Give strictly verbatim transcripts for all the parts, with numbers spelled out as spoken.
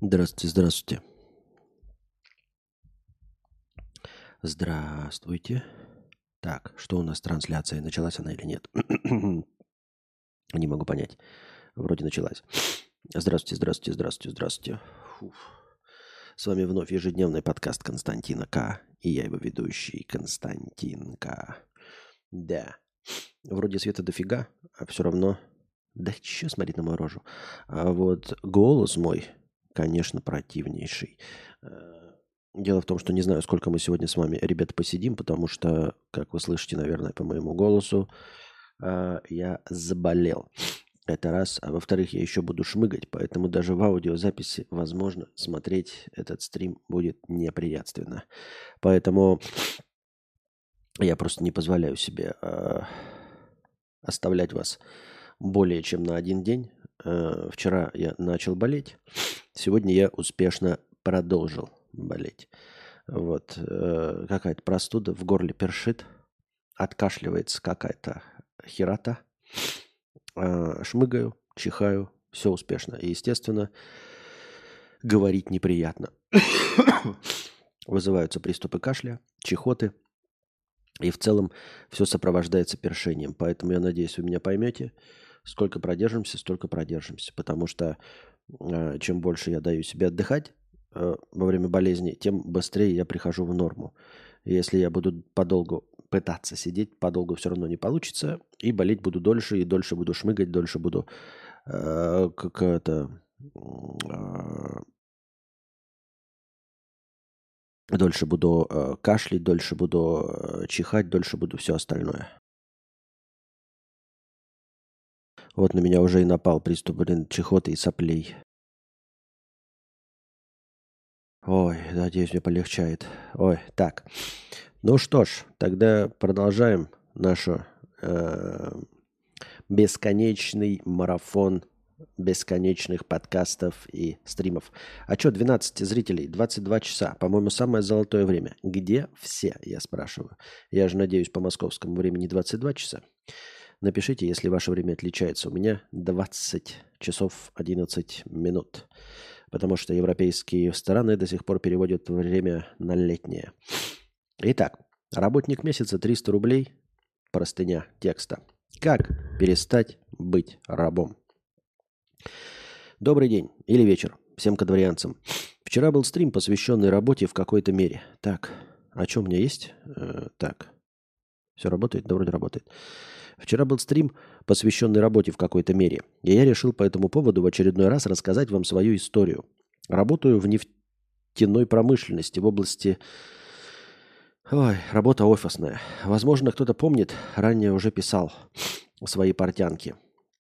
Здравствуйте, здравствуйте. Здравствуйте. Так, что у нас трансляция? Началась она или нет? Не могу понять. Вроде началась. Здравствуйте, здравствуйте, здравствуйте, здравствуйте. Фуф. С вами вновь ежедневный подкаст Константина К. И я его ведущий Константин К. Да. Вроде света дофига, а все равно... Да че смотреть на мою рожу? А вот голос мой, конечно, противнейший. Э, Дело в том, что не знаю, сколько мы сегодня с вами, ребята, посидим, потому что, как вы слышите, наверное, по моему голосу, э, я заболел. Это раз. А во-вторых, я еще буду шмыгать, поэтому даже в аудиозаписи, возможно, смотреть этот стрим будет неприятственно. Поэтому я просто не позволяю себе э, оставлять вас более чем на один день. Э, Вчера я начал болеть, сегодня я успешно продолжил болеть. Вот. э, Какая-то простуда, в горле першит, откашливается какая-то херота. Э, Шмыгаю, чихаю, все успешно. И, естественно, говорить неприятно. Вызываются приступы кашля, чихоты. И в целом все сопровождается першением. Поэтому я надеюсь, вы меня поймете. Сколько продержимся, столько продержимся. Потому что э, чем больше я даю себе отдыхать э, во время болезни, тем быстрее я прихожу в норму. Если я буду подолгу пытаться сидеть, подолгу все равно не получится. И болеть буду дольше, и дольше буду шмыгать, дольше буду э, как это... э, дольше буду э, кашлять, дольше буду э, чихать, дольше буду все остальное. Вот на меня уже и напал приступ, блин, чихоты и соплей. Ой, надеюсь, мне полегчает. Ой, так. Ну что ж, тогда продолжаем нашу э, бесконечный марафон бесконечных подкастов и стримов. А что, двенадцать зрителей, двадцать два часа. По-моему, самое золотое время. Где все, я спрашиваю. Я же надеюсь, по московскому времени двадцать два часа. Напишите, если ваше время отличается. У меня двадцать часов одиннадцать минут. Потому что европейские страны до сих пор переводят время на летнее. Итак, работник месяца триста рублей. Простыня текста. Как перестать быть рабом? Добрый день или вечер всем кадварианцам. Вчера был стрим, посвященный работе в какой-то мере. Так, а что у меня есть? Э, так, все работает? Да, вроде работает. Вчера был стрим, посвященный работе в какой-то мере. И я решил по этому поводу в очередной раз рассказать вам свою историю. Работаю в нефтяной промышленности в области... Ой, работа офисная. Возможно, кто-то помнит, ранее уже писал свои портянки.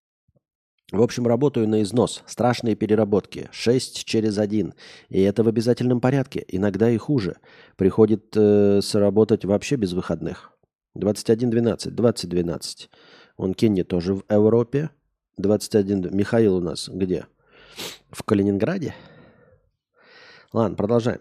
В общем, работаю на износ. Страшные переработки. шесть через один. И это в обязательном порядке. Иногда и хуже. Приходит э, сработать вообще без выходных. двадцать один двенадцать, двадцать двенадцать. Он Кенни тоже в Европе. двадцать один. Михаил у нас где? В Калининграде? Ладно, продолжаем.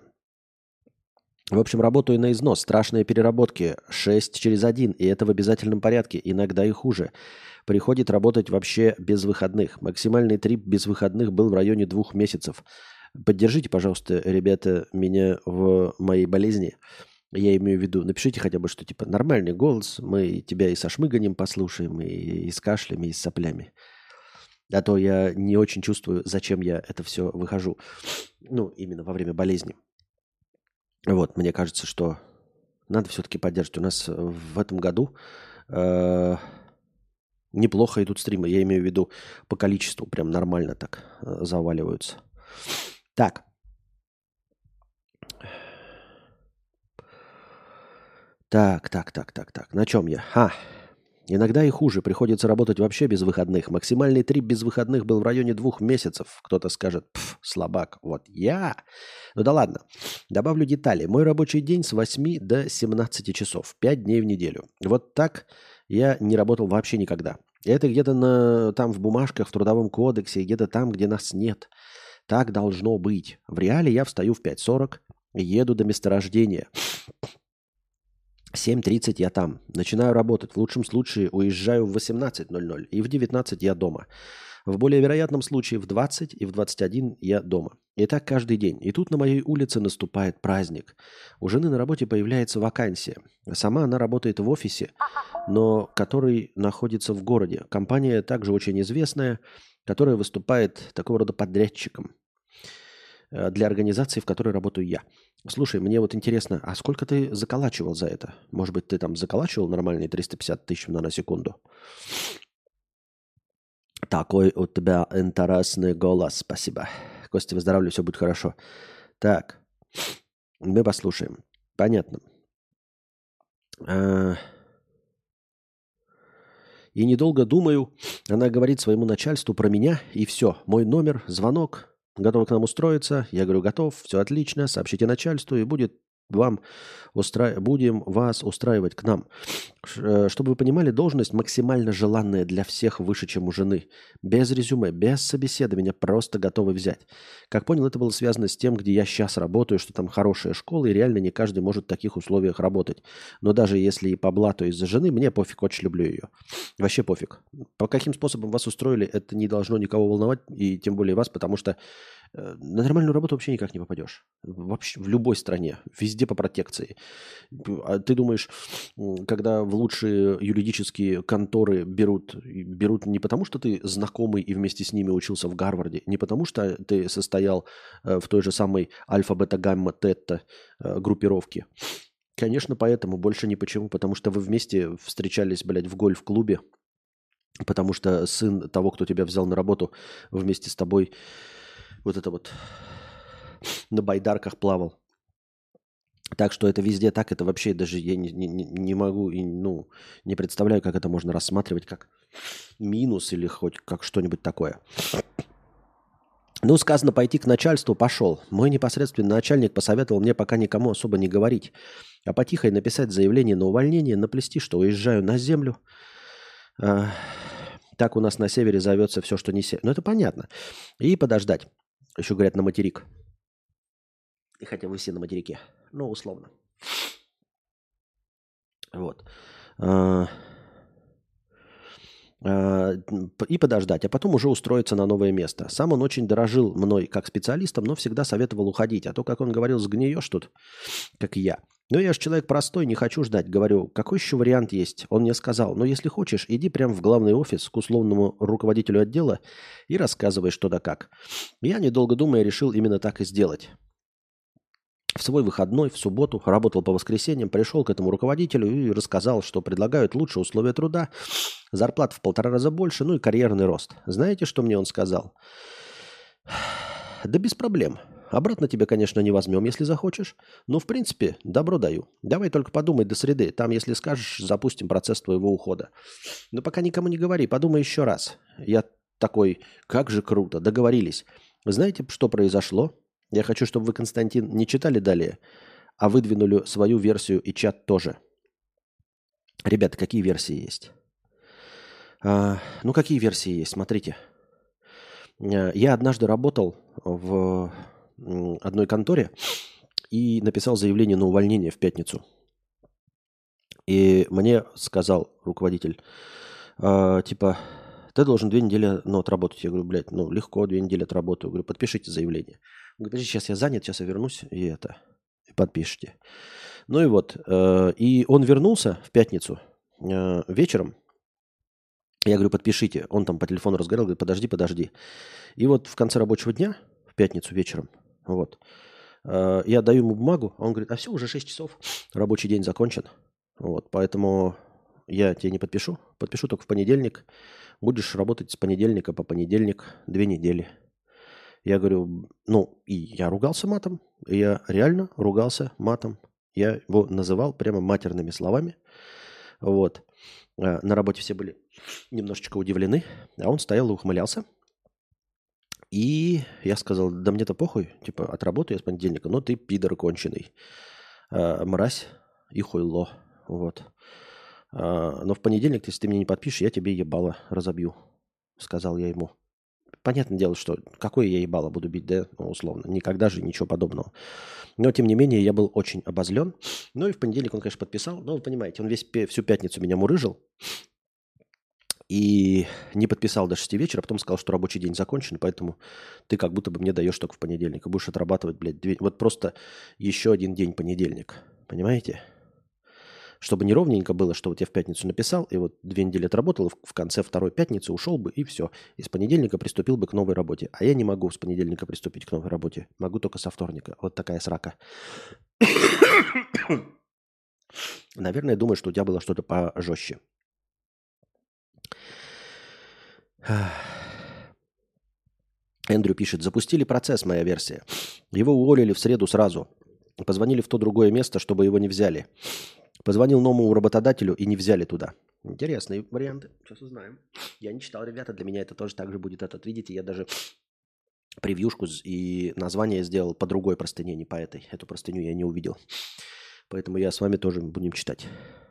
В общем, работаю на износ. Страшные переработки. шесть через один. И это в обязательном порядке. Иногда и хуже. Приходит работать вообще без выходных. Максимальный трип без выходных был в районе двух месяцев. Поддержите, пожалуйста, ребята, меня в моей болезни. Я имею в виду, напишите хотя бы, что типа нормальный голос. Мы тебя и со шмыганием послушаем, и, и с кашлями, и с соплями. А то я не очень чувствую, зачем я это все выхожу. Ну, именно во время болезни. Вот, мне кажется, что надо все-таки поддерживать. У нас в этом году э, неплохо идут стримы. Я имею в виду по количеству. Прям нормально так э, заваливаются. Так. Так, так, так, так, так. На чем я? Ха. Иногда и хуже. Приходится работать вообще без выходных. Максимальный трип без выходных был в районе двух месяцев. Кто-то скажет, пф, слабак. Вот я. Ну да ладно. Добавлю детали. Мой рабочий день с восьми до семнадцати часов. пять дней в неделю. Вот так я не работал вообще никогда. Это где-то на, там в бумажках, в Трудовом кодексе, где-то там, где нас нет. Так должно быть. В реале я встаю в пять сорок и еду до месторождения. семь тридцать я там. Начинаю работать. В лучшем случае уезжаю в восемнадцать ноль ноль. И в девятнадцать я дома. В более вероятном случае в двадцать и в двадцать один я дома. И так каждый день. И тут на моей улице наступает праздник. У жены на работе появляется вакансия. Сама она работает в офисе, но который находится в городе. Компания также очень известная, которая выступает такого рода подрядчиком э, для организации, в которой работаю я. Слушай, мне вот интересно, а сколько ты заколачивал за это? Может быть, ты там заколачивал нормальные триста пятьдесят тысяч на секунду? Такой у тебя интересный голос, спасибо. Костя, выздоравливай, все будет хорошо. Так, мы послушаем. Понятно. А, И недолго думаю, она говорит своему начальству про меня, и все. Мой номер, звонок, готова к нам устроиться. Я говорю, готов, все отлично, сообщите начальству, и будет вам устра... будем вас устраивать к нам. Ш- э, Чтобы вы понимали, должность максимально желанная для всех выше, чем у жены. Без резюме, без собеседования, просто готовы взять. Как понял, это было связано с тем, где я сейчас работаю, что там хорошая школа, и реально не каждый может в таких условиях работать. Но даже если и по блату из-за жены, мне пофиг, очень люблю ее. Вообще пофиг. По каким способом вас устроили, это не должно никого волновать, и тем более вас, потому что э, на нормальную работу вообще никак не попадешь. Вообще в любой стране, везде по протекции. А ты думаешь, м, когда в лучшие юридические конторы берут, и берут не потому, что ты знакомый и вместе с ними учился в Гарварде, не потому, что ты состоял э, в той же самой альфа-бета-гамма-тетта э, группировке. Конечно, поэтому, больше ни почему, потому что вы вместе встречались, блядь, в гольф-клубе, потому что сын того, кто тебя взял на работу, вместе с тобой вот это вот на байдарках плавал. Так что это везде так, это вообще даже я не, не- не- не могу и ну, не представляю, как это можно рассматривать как минус или хоть как что-нибудь такое. Ну, сказано пойти к начальству, пошел. Мой непосредственный начальник посоветовал мне пока никому особо не говорить, а потихо написать заявление на увольнение, наплести, что уезжаю на землю. А, так у нас на севере зовется все, что не север. Ну, это понятно. И подождать. Еще говорят на материк. И хотя вы все на материке. Ну, условно. Вот. А, а, п- И подождать, а потом уже устроиться на новое место. Сам он очень дорожил мной как специалистом, но всегда советовал уходить. А то, как он говорил, сгниешь тут, как и я. Ну, я же человек простой, не хочу ждать. Говорю, какой еще вариант есть? Он мне сказал, ну, если хочешь, иди прямо в главный офис к условному руководителю отдела и рассказывай что да как. Я, недолго думая, решил именно так и сделать. В свой выходной, в субботу, работал по воскресеньям, пришел к этому руководителю и рассказал, что предлагают лучшие условия труда, зарплат в полтора раза больше, ну и карьерный рост. Знаете, что мне он сказал? Да без проблем. Обратно тебя, конечно, не возьмем, если захочешь. Но, в принципе, добро даю. Давай только подумай до среды. Там, если скажешь, запустим процесс твоего ухода. Но пока никому не говори, подумай еще раз. Я такой, как же круто, договорились. Знаете, что произошло? Я хочу, чтобы вы, Константин, не читали далее, а выдвинули свою версию и чат тоже. Ребята, какие версии есть? А, ну, какие версии есть? Смотрите. Э, Я однажды работал в м, одной конторе и написал заявление на увольнение в пятницу. И мне сказал руководитель, а, типа, ты должен две недели ну, отработать. Я говорю, блядь, ну легко, две недели отработаю. Я говорю, подпишите заявление. Он говорит, подожди, сейчас я занят, сейчас я вернусь и это, и подпишите. Ну и вот, э, и он вернулся в пятницу э, вечером. Я говорю, подпишите. Он там по телефону разговаривал, говорит, подожди, подожди. И вот в конце рабочего дня, в пятницу вечером, вот, э, я даю ему бумагу, а он говорит, а все, уже шесть часов, рабочий день закончен. Вот, поэтому я тебе не подпишу, подпишу только в понедельник. Будешь работать с понедельника по понедельник две недели. Я говорю, ну, и я ругался матом, и я реально ругался матом. Я его называл прямо матерными словами. Вот. Э, На работе все были немножечко удивлены, а он стоял и ухмылялся. И я сказал, да мне-то похуй, типа, отработаю я с понедельника, но ты пидор конченый, а, мразь и хуйло, вот. А, но в понедельник, если ты мне не подпишешь, я тебе ебало разобью, сказал я ему. понятное дело, что какое я ебало буду бить, да, ну, условно. Никогда же ничего подобного. Но, тем не менее, я был очень обозлен. Ну и в понедельник он, конечно, подписал. Но вы понимаете, он весь, всю пятницу меня мурыжил. И не подписал до шести вечера, а потом сказал, что рабочий день закончен, поэтому ты как будто бы мне даешь только в понедельник. И будешь отрабатывать, блядь, две... вот просто еще один день понедельник. Понимаете? Чтобы не ровненько было, что вот я в пятницу написал, и вот две недели отработал, и в конце второй пятницы ушел бы, и все. И с понедельника приступил бы к новой работе. А я не могу с понедельника приступить к новой работе. Могу только со вторника. Вот такая срака. Наверное, думаю, что у тебя было что-то пожестче. Эндрю пишет, запустили процесс, моя версия. Его уволили в среду сразу. Позвонили в то другое место, чтобы его не взяли. Позвонил новому работодателю и не взяли туда. Интересные варианты. Сейчас узнаем. Я не читал, ребята, для меня это тоже так же будет этот. Видите, я даже превьюшку и название сделал по другой простыне, не по этой. Эту простыню я не увидел. Поэтому я с вами тоже будем читать.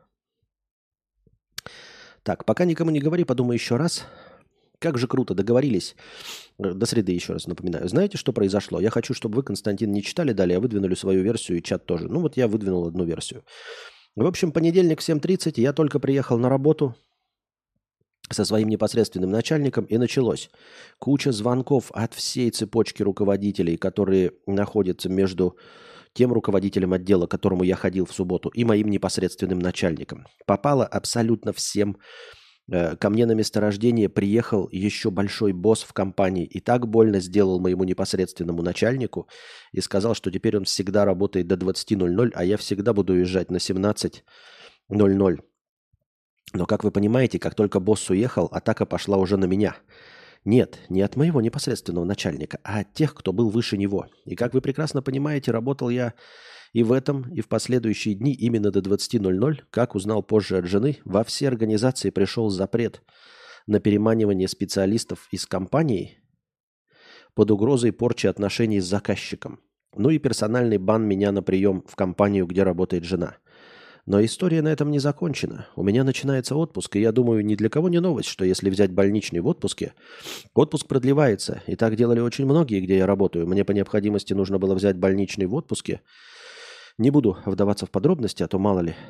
Так, пока никому не говори, подумай еще раз. Как же круто, договорились. До среды еще раз напоминаю. Знаете, что произошло? Я хочу, чтобы вы, Константин, не читали далее, а выдвинули свою версию и чат тоже. Ну вот я выдвинул одну версию. В общем, понедельник в семь тридцать, я только приехал на работу со своим непосредственным начальником, и началось. Куча звонков от всей цепочки руководителей, которые находятся между тем руководителем отдела, к которому я ходил в субботу, и моим непосредственным начальником. Попало абсолютно всем. Ко мне на месторождение приехал еще большой босс в компании и так больно сделал моему непосредственному начальнику и сказал, что теперь он всегда работает до двадцати ноль-ноль, а я всегда буду уезжать на семнадцать ноль-ноль. Но, как вы понимаете, как только босс уехал, атака пошла уже на меня. Нет, не от моего непосредственного начальника, а от тех, кто был выше него. И, как вы прекрасно понимаете, работал я и в этом, и в последующие дни именно до двадцати ноль-ноль, как узнал позже от жены, во все организации пришел запрет на переманивание специалистов из компании под угрозой порчи отношений с заказчиком. Ну и персональный бан меня на прием в компанию, где работает жена. Но история на этом не закончена. У меня начинается отпуск, и я думаю, ни для кого не новость, что если взять больничный в отпуске, отпуск продлевается. И так делали очень многие, где я работаю. Мне по необходимости нужно было взять больничный в отпуске. Не буду вдаваться в подробности, а то мало ли.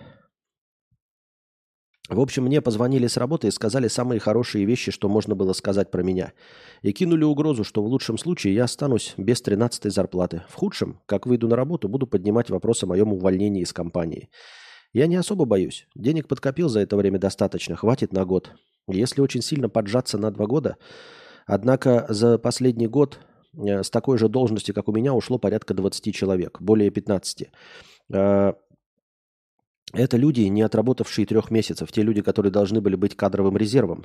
В общем, мне позвонили с работы и сказали самые хорошие вещи, что можно было сказать про меня. И кинули угрозу, что в лучшем случае я останусь без тринадцатой зарплаты. В худшем, как выйду на работу, буду поднимать вопрос о моем увольнении из компании. Я не особо боюсь. Денег подкопил за это время достаточно, хватит на год. Если очень сильно поджаться на два года. Однако за последний год с такой же должности, как у меня, ушло порядка двадцати человек, более пятнадцати. Это люди, не отработавшие трех месяцев, те люди, которые должны были быть кадровым резервом.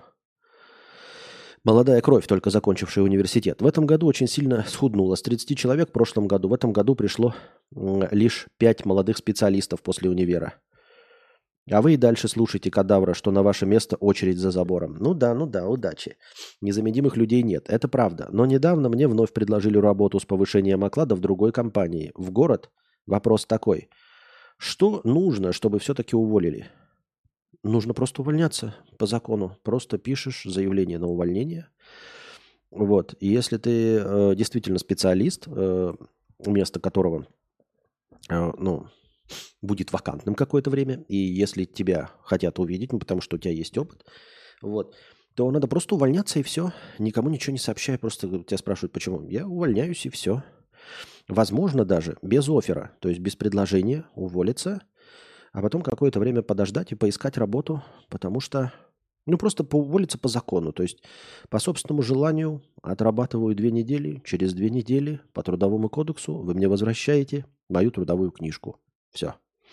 Молодая кровь, только закончившая университет. В этом году очень сильно схуднуло. С тридцати человек в прошлом году. В этом году пришло лишь пять молодых специалистов после универа. А вы и дальше слушайте, кадавра, что на ваше место очередь за забором. Ну да, ну да, удачи. Незаменимых людей нет, это правда. Но недавно мне вновь предложили работу с повышением оклада в другой компании. В город вопрос такой. Что нужно, чтобы все-таки уволили? Нужно просто увольняться по закону. Просто пишешь заявление на увольнение. Вот. И если ты э, действительно специалист, э, место которого, э, ну... будет вакантным какое-то время, и если тебя хотят увидеть, ну, потому что у тебя есть опыт, вот, то надо просто увольняться, и все. Никому ничего не сообщай, просто тебя спрашивают, почему. Я увольняюсь, и все. Возможно, даже без оффера, то есть без предложения уволиться, а потом какое-то время подождать и поискать работу, потому что, ну, просто поуволиться по закону, то есть по собственному желанию отрабатываю две недели, через две недели по трудовому кодексу вы мне возвращаете мою трудовую книжку. Все.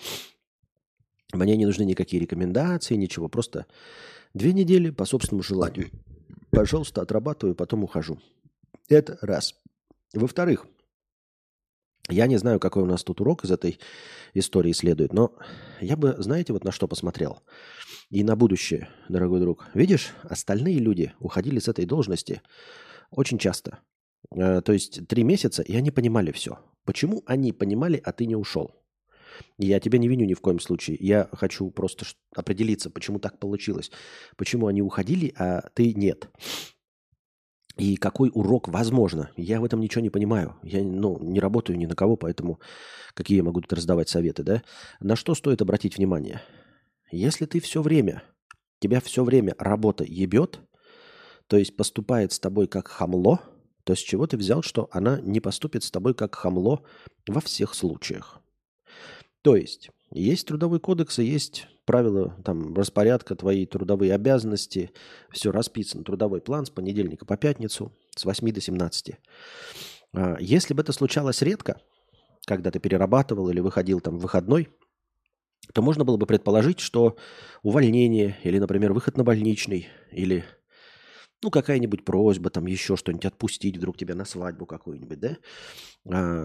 Мне не нужны никакие рекомендации, ничего. Просто две недели по собственному желанию. Пожалуйста, отрабатываю, потом ухожу. Это раз. Во-вторых, я не знаю, какой у нас тут урок из этой истории следует, но я бы, знаете, вот на что посмотрел. И на будущее, дорогой друг. Видишь, остальные люди уходили с этой должности очень часто. То есть три месяца, и они понимали все. Почему они понимали, а ты не ушел? Я тебя не виню ни в коем случае. Я хочу просто определиться, почему так получилось. Почему они уходили, а ты нет. И какой урок возможно? Я в этом ничего не понимаю. Я ну, не работаю ни на кого, поэтому какие я могу тут раздавать советы, да? На что стоит обратить внимание? Если ты все время, тебя все время работа ебет, то есть поступает с тобой как хамло, то с чего ты взял, что она не поступит с тобой как хамло во всех случаях? То есть есть трудовой кодекс и есть правила там, распорядка, твои трудовые обязанности, все расписано, трудовой план с понедельника по пятницу с восьми до семнадцати. А, Если бы это случалось редко, когда ты перерабатывал или выходил там в выходной, то можно было бы предположить, что увольнение или, например, выход на больничный или ну, какая-нибудь просьба, там еще что-нибудь отпустить вдруг тебя на свадьбу какую-нибудь, да, а,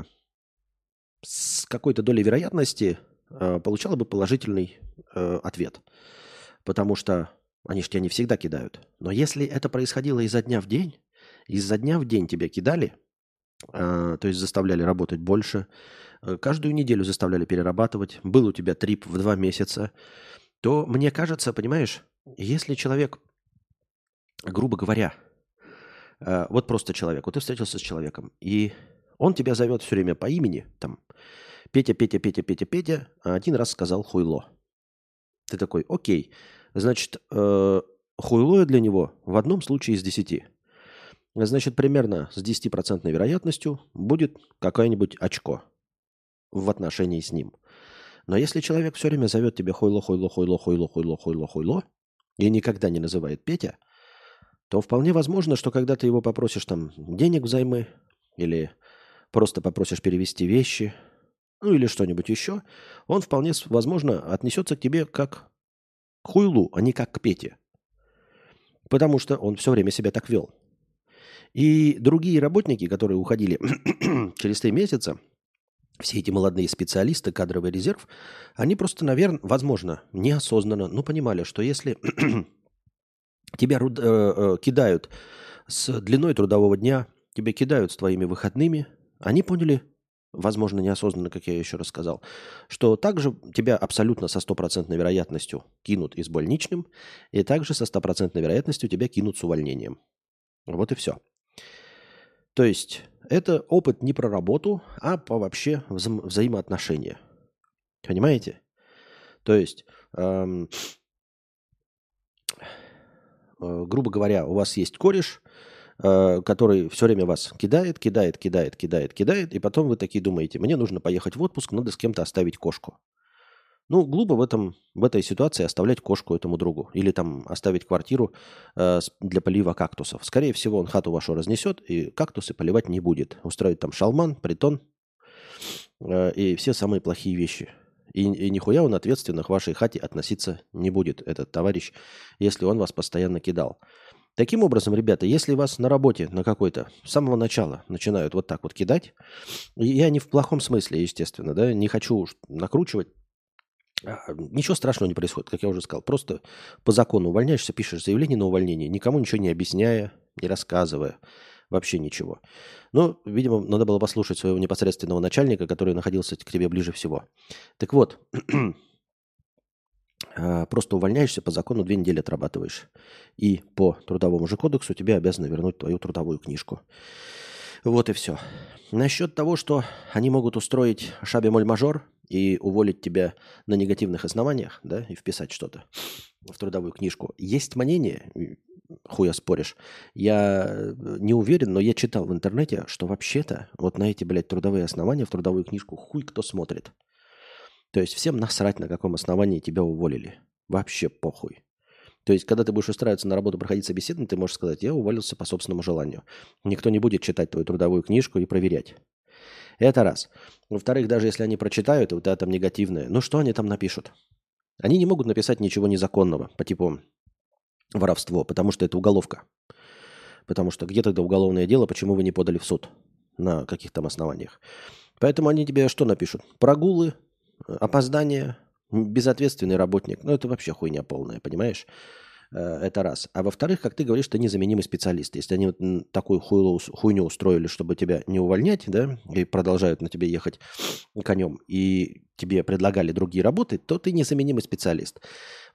с какой-то долей вероятности а, получала бы положительный э, ответ. Потому что они же тебя не всегда кидают. Но если это происходило изо дня в день, изо дня в день тебя кидали, а, то есть заставляли работать больше, э, каждую неделю заставляли перерабатывать, был у тебя трип в два месяца, то мне кажется, понимаешь, если человек, грубо говоря, э, вот просто человек, вот ты встретился с человеком, и он тебя зовет все время по имени, там, Петя, Петя, Петя, Петя, Петя, а один раз сказал хуйло. Ты такой, окей, значит, э, хуйло для него в одном случае из десяти. Значит, примерно с десятипроцентной вероятностью будет какое-нибудь очко в отношении с ним. Но если человек все время зовет тебя хуйло, хуйло, хуйло, хуйло, хуйло, хуйло, хуйло, и никогда не называет Петя, то вполне возможно, что когда ты его попросишь там денег взаймы или просто попросишь перевести вещи, ну или что-нибудь еще, он вполне с- возможно отнесется к тебе как к хуйлу, а не как к Пете. Потому что он все время себя так вел. И другие работники, которые уходили через три месяца, все эти молодые специалисты, кадровый резерв, они просто, наверное, возможно, неосознанно, но понимали, что если тебя руд- э, э, кидают с длиной трудового дня, тебя кидают с твоими выходными, они поняли, возможно, неосознанно, как я еще раз сказал, что также тебя абсолютно со стопроцентной вероятностью кинут и с больничным, и также со стопроцентной вероятностью тебя кинут с увольнением. Вот и все. То есть это опыт не про работу, а по вообще взаим- взаимоотношения. Понимаете? То есть, эм, э, грубо говоря, у вас есть кореш, э, который все время вас кидает, кидает, кидает, кидает, кидает, и потом вы такие думаете, мне нужно поехать в отпуск, надо с кем-то оставить кошку. Ну, глупо в, этом, в этой ситуации оставлять кошку этому другу или там оставить квартиру э, с- для полива кактусов. Скорее всего, он хату вашу разнесет и кактусы поливать не будет. Устроит там шалман, притон э, и все самые плохие вещи. И, и нихуя он ответственно к вашей хате относиться не будет, этот товарищ, если он вас постоянно кидал. Таким образом, ребята, если вас на работе на какой-то с самого начала начинают вот так вот кидать, и я не в плохом смысле, естественно, да, не хочу уж накручивать, а, ничего страшного не происходит, как я уже сказал. Просто по закону увольняешься, пишешь заявление на увольнение, никому ничего не объясняя, не рассказывая, вообще ничего. Но, видимо, надо было послушать своего непосредственного начальника, который находился к тебе ближе всего. Так вот, а, просто увольняешься, по закону две недели отрабатываешь. И по трудовому же кодексу тебе обязаны вернуть твою трудовую книжку. Вот и все. Насчет того, что они могут устроить шаби-моль-мажор и уволить тебя на негативных основаниях, да, и вписать что-то в трудовую книжку. Есть мнение, и хуя споришь, я э, не уверен, но я читал в интернете, что вообще-то вот на эти, блядь, трудовые основания в трудовую книжку хуй кто смотрит. То есть всем насрать, на каком основании тебя уволили. Вообще похуй. То есть, когда ты будешь устраиваться на работу, проходить собеседование, ты можешь сказать, я уволился по собственному желанию. Никто не будет читать твою трудовую книжку и проверять. Это раз. Во-вторых, даже если они прочитают, и у тебя там негативное, ну что они там напишут? Они не могут написать ничего незаконного по типу воровство, потому что это уголовка. Потому что где тогда уголовное дело, почему вы не подали в суд на каких там основаниях? Поэтому они тебе что напишут? Прогулы, э, опоздание, м, безответственный работник. Ну, это вообще хуйня полная, понимаешь? Э, Это раз. А во-вторых, как ты говоришь, ты незаменимый специалист. Если они вот м, такую хуйло ус- хуйню устроили, чтобы тебя не увольнять, да, и продолжают на тебе ехать конем, и тебе предлагали другие работы, то ты незаменимый специалист.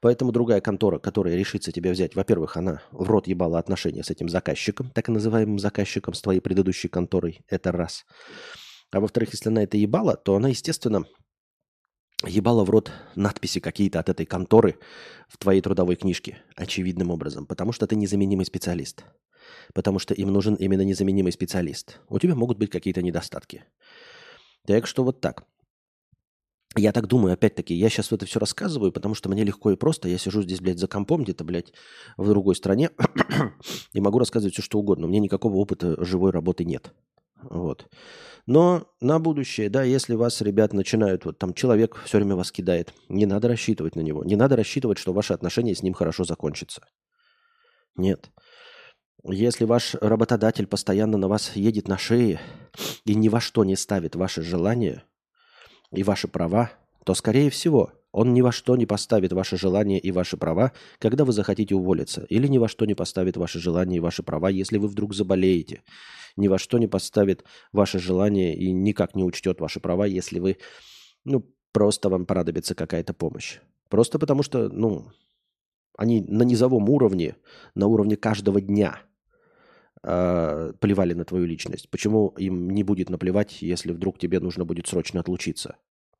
Поэтому другая контора, которая решится тебя взять, во-первых, она в рот ебала отношения с этим заказчиком, так и называемым заказчиком, с твоей предыдущей конторой. Это раз. А во-вторых, если она это ебала, то она, естественно, ебала в рот надписи какие-то от этой конторы в твоей трудовой книжке, очевидным образом, потому что ты незаменимый специалист. Потому что им нужен именно незаменимый специалист. У тебя могут быть какие-то недостатки. Так что вот так. Я так думаю, опять-таки, я сейчас это все рассказываю, потому что мне легко и просто. Я сижу здесь, блядь, за компом где-то, блядь, в другой стране и могу рассказывать все, что угодно. У меня никакого опыта живой работы нет. Вот. Но на будущее, да, если вас, ребят, начинают, вот там человек все время вас кидает, не надо рассчитывать на него. Не надо рассчитывать, что ваши отношения с ним хорошо закончатся. Нет. Если ваш работодатель постоянно на вас едет на шее и ни во что не ставит ваши желания и ваши права, то, скорее всего, он ни во что не поставит ваши желания и ваши права, когда вы захотите уволиться. Или ни во что не поставит ваши желания и ваши права, если вы вдруг заболеете. Ни во что не поставит ваши желания и никак не учтет ваши права, если вы, ну, просто вам понадобится какая-то помощь. Просто потому что, ну, они на низовом уровне, на уровне каждого дня э, плевали на твою личность. Почему им не будет наплевать, если вдруг тебе нужно будет срочно отлучиться?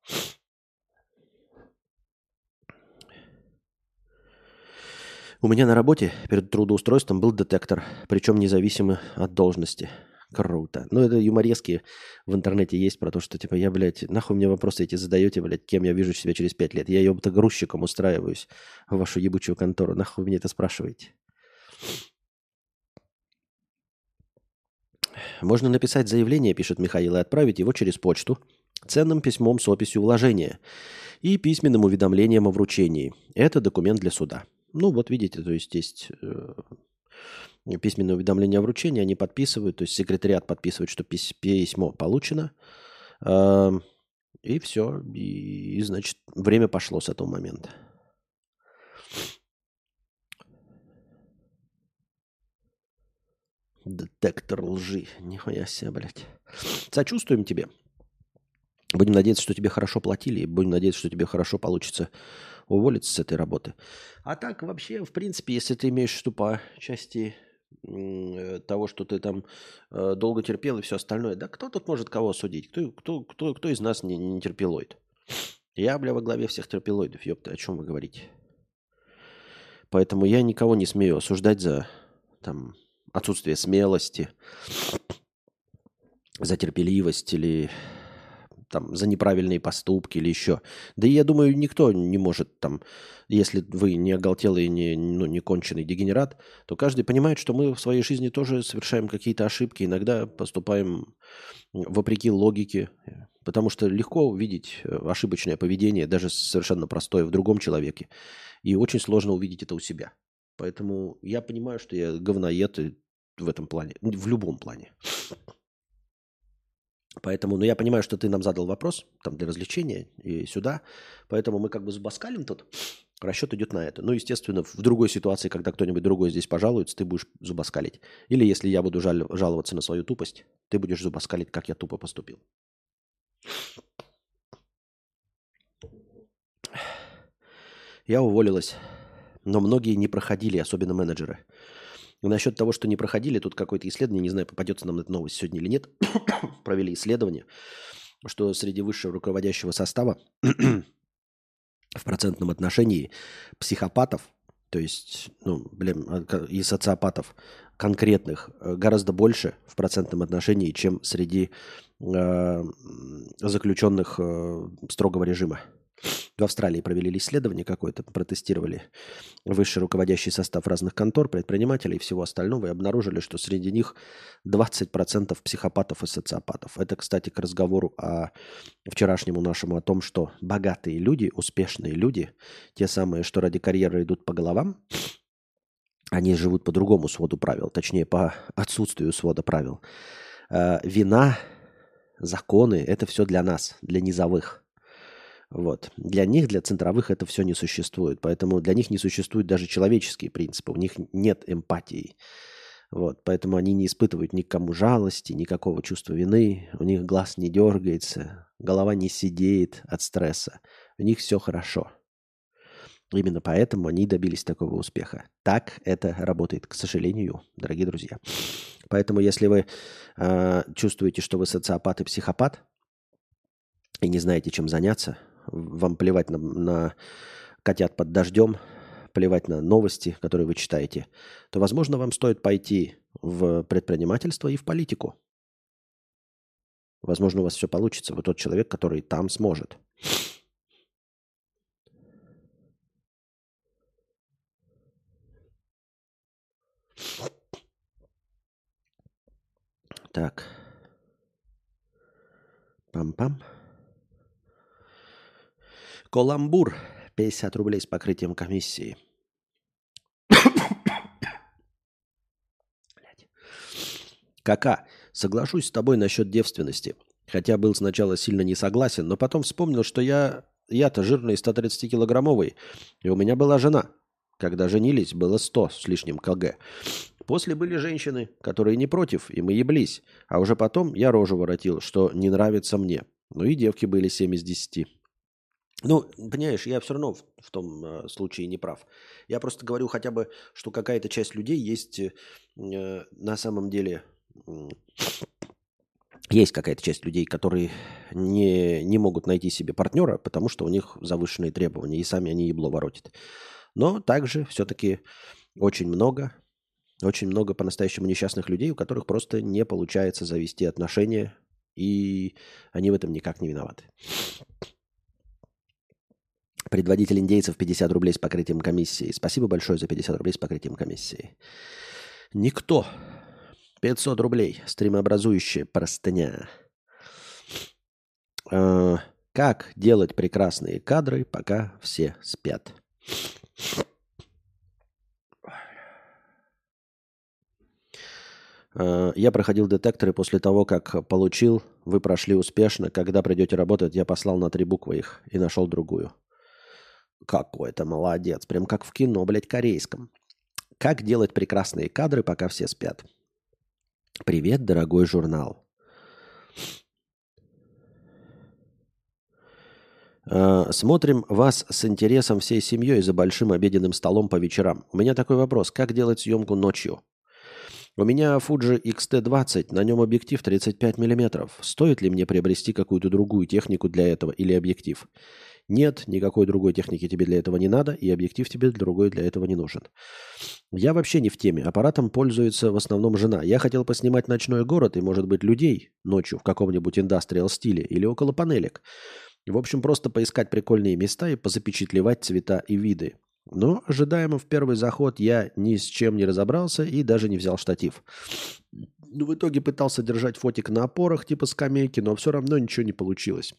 У меня на работе перед трудоустройством был детектор, причем независимо от должности. Круто. Ну, это юморески в интернете есть про то, что, типа, я, блядь, нахуй мне вопросы эти задаете, блядь, кем я вижу себя через пять лет? Я ебто грузчиком устраиваюсь в вашу ебучую контору. Нахуй вы мне это спрашиваете? Можно написать заявление, пишет Михаил, и отправить его через почту ценным письмом с описью вложения и письменным уведомлением о вручении. Это документ для суда. Ну, вот видите, то есть есть э, письменное уведомление о вручении, они подписывают, то есть секретариат подписывает, что пись- письмо получено, э, и все, и, и, значит, время пошло с этого момента. Детектор лжи. Нихуя себе, блядь. Сочувствуем тебе. Будем надеяться, что тебе хорошо платили, и будем надеяться, что тебе хорошо получится уволиться с этой работы. А так вообще, в принципе, если ты имеешь что по части м, э, того, что ты там э, долго терпел и все остальное, да кто тут может кого судить? Кто, кто, кто, кто из нас не, не терпилоид? Я, бля, во главе всех терпилоидов, ёпта, о чем вы говорите? Поэтому я никого не смею осуждать за там отсутствие смелости, за терпеливость или там, за неправильные поступки или еще. Да и я думаю, никто не может там, если вы не оголтелый, не, ну, не конченый дегенерат, то каждый понимает, что мы в своей жизни тоже совершаем какие-то ошибки, иногда поступаем вопреки логике, потому что легко увидеть э, ошибочное поведение, даже совершенно простое в другом человеке, и очень сложно увидеть это у себя. Поэтому я понимаю, что я говноед и в этом плане, в любом плане. Поэтому, ну, я понимаю, что ты нам задал вопрос, там, для развлечения и сюда. Поэтому мы как бы зубоскалим тут. Расчет идет на это. Ну, естественно, в другой ситуации, когда кто-нибудь другой здесь пожалуется, ты будешь зубоскалить. Или если я буду жаль, жаловаться на свою тупость, ты будешь зубоскалить, как я тупо поступил. Я уволилась, но многие не проходили, особенно менеджеры. И насчет того, что не проходили, тут какое-то исследование, не знаю, попадется нам эта новость сегодня или нет, провели исследование, что среди высшего руководящего состава в процентном отношении психопатов, то есть, ну, блин, а, ка- и социопатов конкретных э, гораздо больше в процентном отношении, чем среди э, м, заключенных э, строгого режима. В Австралии провели исследование какое-то, протестировали высший руководящий состав разных контор, предпринимателей и всего остального, и обнаружили, что среди них двадцать процентов психопатов и социопатов. Это, кстати, к разговору о вчерашнему нашему о том, что богатые люди, успешные люди, те самые, что ради карьеры идут по головам, они живут по другому своду правил, точнее, по отсутствию свода правил. Э, Вина, законы– это все для нас, для низовых. Вот. Для них, для центровых это все не существует. Поэтому для них не существуют даже человеческие принципы. У них нет эмпатии. Вот. Поэтому они не испытывают ни к кому жалости, никакого чувства вины. У них глаз не дергается, голова не сидеет от стресса. У них все хорошо. Именно поэтому они добились такого успеха. Так это работает, к сожалению, дорогие друзья. Поэтому, если вы э, чувствуете, что вы социопат и психопат, и не знаете, чем заняться, вам плевать на, на котят под дождем, плевать на новости, которые вы читаете, то, возможно, вам стоит пойти в предпринимательство и в политику. Возможно, у вас все получится. Вы тот человек, который там сможет. Так. Пам-пам. Коламбур. пятьдесят рублей с покрытием комиссии. Кака, соглашусь с тобой насчет девственности. Хотя был сначала сильно не согласен, но потом вспомнил, что я, я-то жирный сто тридцатикилограммовый, и у меня была жена. Когда женились, было сто с лишним кг. После были женщины, которые не против, и мы еблись. А уже потом я рожу воротил, что не нравится мне. Ну и девки были семь из десяти. Ну, понимаешь, я все равно в, в том э, случае не прав. Я просто говорю хотя бы, что какая-то часть людей есть э, на самом деле... м, Есть какая-то часть людей, которые не, не могут найти себе партнера, потому что у них завышенные требования, и сами они ебло воротят. Но также все-таки очень много, очень много по-настоящему несчастных людей, у которых просто не получается завести отношения, и они в этом никак не виноваты. Предводитель индейцев пятьдесят рублей с покрытием комиссии. Спасибо большое за пятьдесят рублей с покрытием комиссии. Никто. пятьсот рублей. Стримообразующая простыня. Э, Как делать прекрасные кадры, пока все спят? Э, Я проходил детекторы после того, как получил. Вы прошли успешно. Когда придете работать, я послал на три буквы их и нашел другую. Какой это молодец. Прям как в кино, блядь, корейском. Как делать прекрасные кадры, пока все спят? Привет, дорогой журнал. Э, Смотрим вас с интересом всей семьей за большим обеденным столом по вечерам. У меня такой вопрос. Как делать съемку ночью? У меня Fuji икс ти двадцать, на нем объектив тридцать пять миллиметров. Стоит ли мне приобрести какую-то другую технику для этого или объектив? Нет, никакой другой техники тебе для этого не надо, и объектив тебе другой для этого не нужен. Я вообще не в теме. Аппаратом пользуется в основном жена. Я хотел поснимать ночной город и, может быть, людей ночью в каком-нибудь индастриал стиле или около панелек. В общем, просто поискать прикольные места и позапечатлевать цвета и виды. Но ожидаемо в первый заход я ни с чем не разобрался и даже не взял штатив. Ну, в итоге пытался держать фотик на опорах типа скамейки, но все равно ничего не получилось.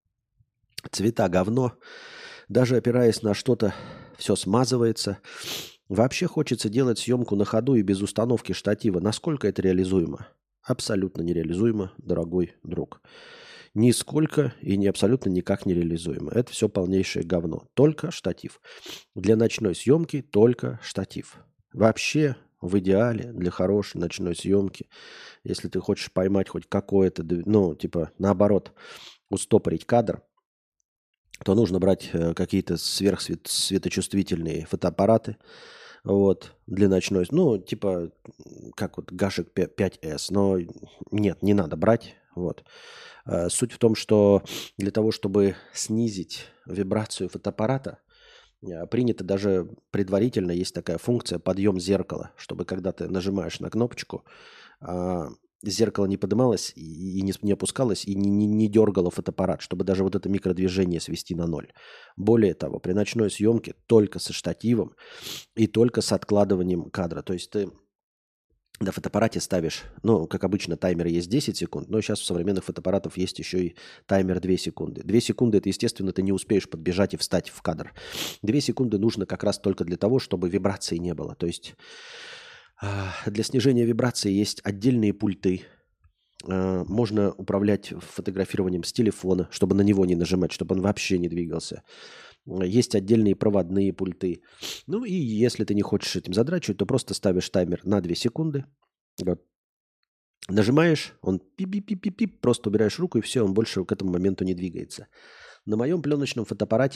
Цвета говно. Даже опираясь на что-то, все смазывается. Вообще хочется делать съемку на ходу и без установки штатива. Насколько это реализуемо? Абсолютно нереализуемо, дорогой друг. Нисколько и не абсолютно никак не реализуемо. Это все полнейшее говно. Только штатив. Для ночной съемки только штатив. Вообще, в идеале, для хорошей ночной съемки, если ты хочешь поймать хоть какое-то, ну, типа, наоборот, устопорить кадр, то нужно брать э, какие-то сверхсветочувствительные фотоаппараты, вот, для ночной, ну, типа, как вот Гашек пять эс, но нет, не надо брать, вот. Э, Суть в том, что для того, чтобы снизить вибрацию фотоаппарата, э, принято даже предварительно, есть такая функция подъем зеркала, чтобы когда ты нажимаешь на кнопочку, а, зеркало не поднималось и и не, не опускалось, и не, не, не дергало фотоаппарат, чтобы даже вот это микродвижение свести на ноль. Более того, при ночной съемке только со штативом и только с откладыванием кадра. То есть ты на фотоаппарате ставишь, ну, как обычно, таймер есть десять секунд, но сейчас у современных фотоаппаратов есть еще и таймер две секунды. две секунды – это, естественно, ты не успеешь подбежать и встать в кадр. две секунды нужно как раз только для того, чтобы вибрации не было. То есть а, для снижения вибрации есть отдельные пульты. А, Можно управлять фотографированием с телефона, чтобы на него не нажимать, чтобы он вообще не двигался. А, Есть отдельные проводные пульты. Ну и если ты не хочешь этим задрачивать, то просто ставишь таймер на две секунды. Вот. Нажимаешь, он пип-пип-пип-пип, просто убираешь руку, и все, он больше к этому моменту не двигается. На моем пленочном фотоаппарате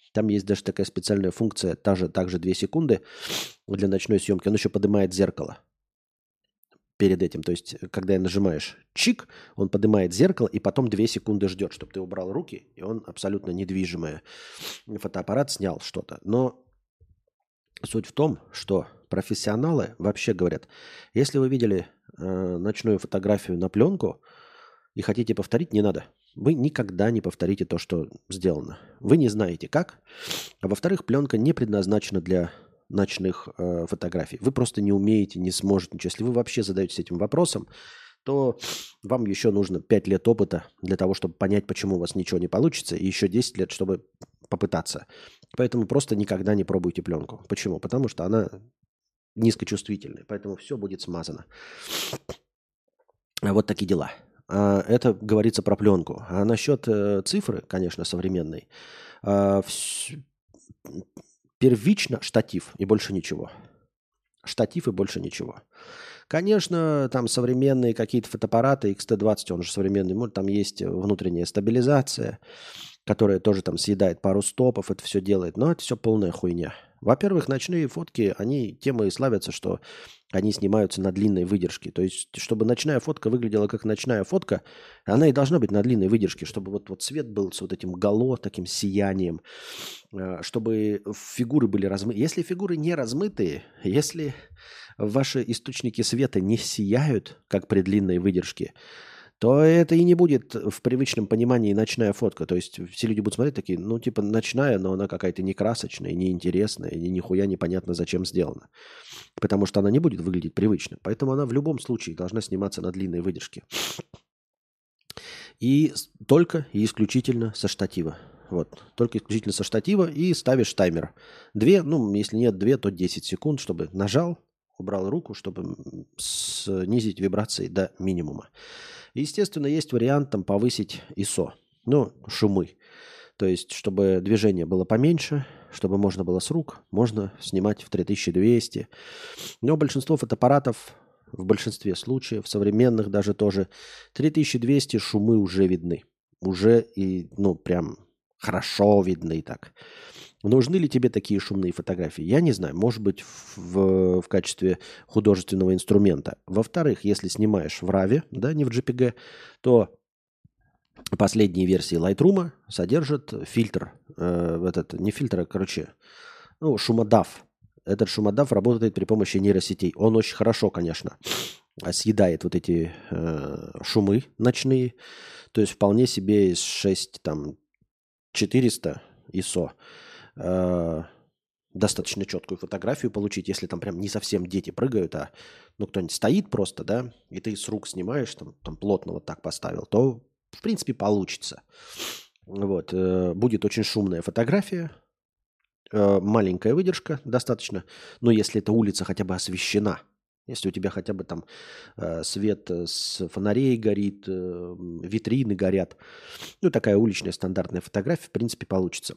Там есть даже такая специальная функция, та же, также две секунды для ночной съемки. Он еще поднимает зеркало перед этим. То есть, когда нажимаешь чик, он поднимает зеркало и потом две секунды ждет, чтобы ты убрал руки, и он абсолютно недвижимый фотоаппарат снял что-то. Но суть в том, что профессионалы вообще говорят, если вы видели э, ночную фотографию на пленку и хотите повторить, не надо. Вы никогда не повторите то, что сделано. Вы не знаете как. А во-вторых, пленка не предназначена для ночных э, фотографий. Вы просто не умеете, не сможете ничего. Если вы вообще задаетесь этим вопросом, то вам еще нужно пять лет опыта для того, чтобы понять, почему у вас ничего не получится, и еще десять лет, чтобы попытаться. Поэтому просто никогда не пробуйте пленку. Почему? Потому что она низкочувствительная, поэтому все будет смазано. Вот такие дела. А, Это говорится про пленку. А насчет э, цифры, конечно, современной, а, вс- первично штатив и больше ничего. Штатив и больше ничего. Конечно, там современные какие-то фотоаппараты, икс тэ двадцать, он же современный, может, там есть внутренняя стабилизация, которая тоже там съедает пару стопов, это все делает, но это все полная хуйня. Во-первых, ночные фотки, они тем и славятся, что они снимаются на длинной выдержке. То есть, чтобы ночная фотка выглядела как ночная фотка, она и должна быть на длинной выдержке, чтобы вот, вот свет был с вот этим гало, таким сиянием, э, чтобы фигуры были размыты. Если фигуры не размытые, если ваши источники света не сияют, как при длинной выдержке, то это и не будет в привычном понимании ночная фотка. То есть все люди будут смотреть такие, ну, типа ночная, но она какая-то не красочная, неинтересная, и нихуя непонятно, зачем сделана. Потому что она не будет выглядеть привычно. Поэтому она в любом случае должна сниматься на длинной выдержке. И с- только и исключительно со штатива. Вот, только исключительно со штатива и ставишь таймер. Две, ну, если нет две, то десять секунд, чтобы нажал, убрал руку, чтобы м, снизить вибрации до минимума. Естественно, есть вариант там повысить ай эс о, ну, шумы. То есть, чтобы движение было поменьше, чтобы можно было с рук, можно снимать в три тысячи двести. Но большинство фотоаппаратов, в большинстве случаев, современных даже тоже, три тысячи двести шумы уже видны. Уже и, ну, прям хорошо видны так. Нужны ли тебе такие шумные фотографии? Я не знаю. Может быть, в, в качестве художественного инструмента. Во-вторых, если снимаешь в раве, да, не в джей пи джи, то последние версии Lightroom содержат фильтр. Э, этот, не фильтр, а, короче, ну, шумодав. Этот шумодав работает при помощи нейросетей. Он очень хорошо, конечно, а, съедает вот эти э, шумы ночные. То есть вполне себе из шесть, там, четыреста ай эс о э, достаточно четкую фотографию получить, если там прям не совсем дети прыгают, а ну кто-нибудь стоит просто, да, и ты с рук снимаешь, там, там плотно вот так поставил, то в принципе получится. Вот, э, будет очень шумная фотография, э, маленькая выдержка достаточно, но если эта улица хотя бы освещена, если у тебя хотя бы там э, свет э, с фонарей горит, э, м, витрины горят, ну такая уличная стандартная фотография, в принципе, получится.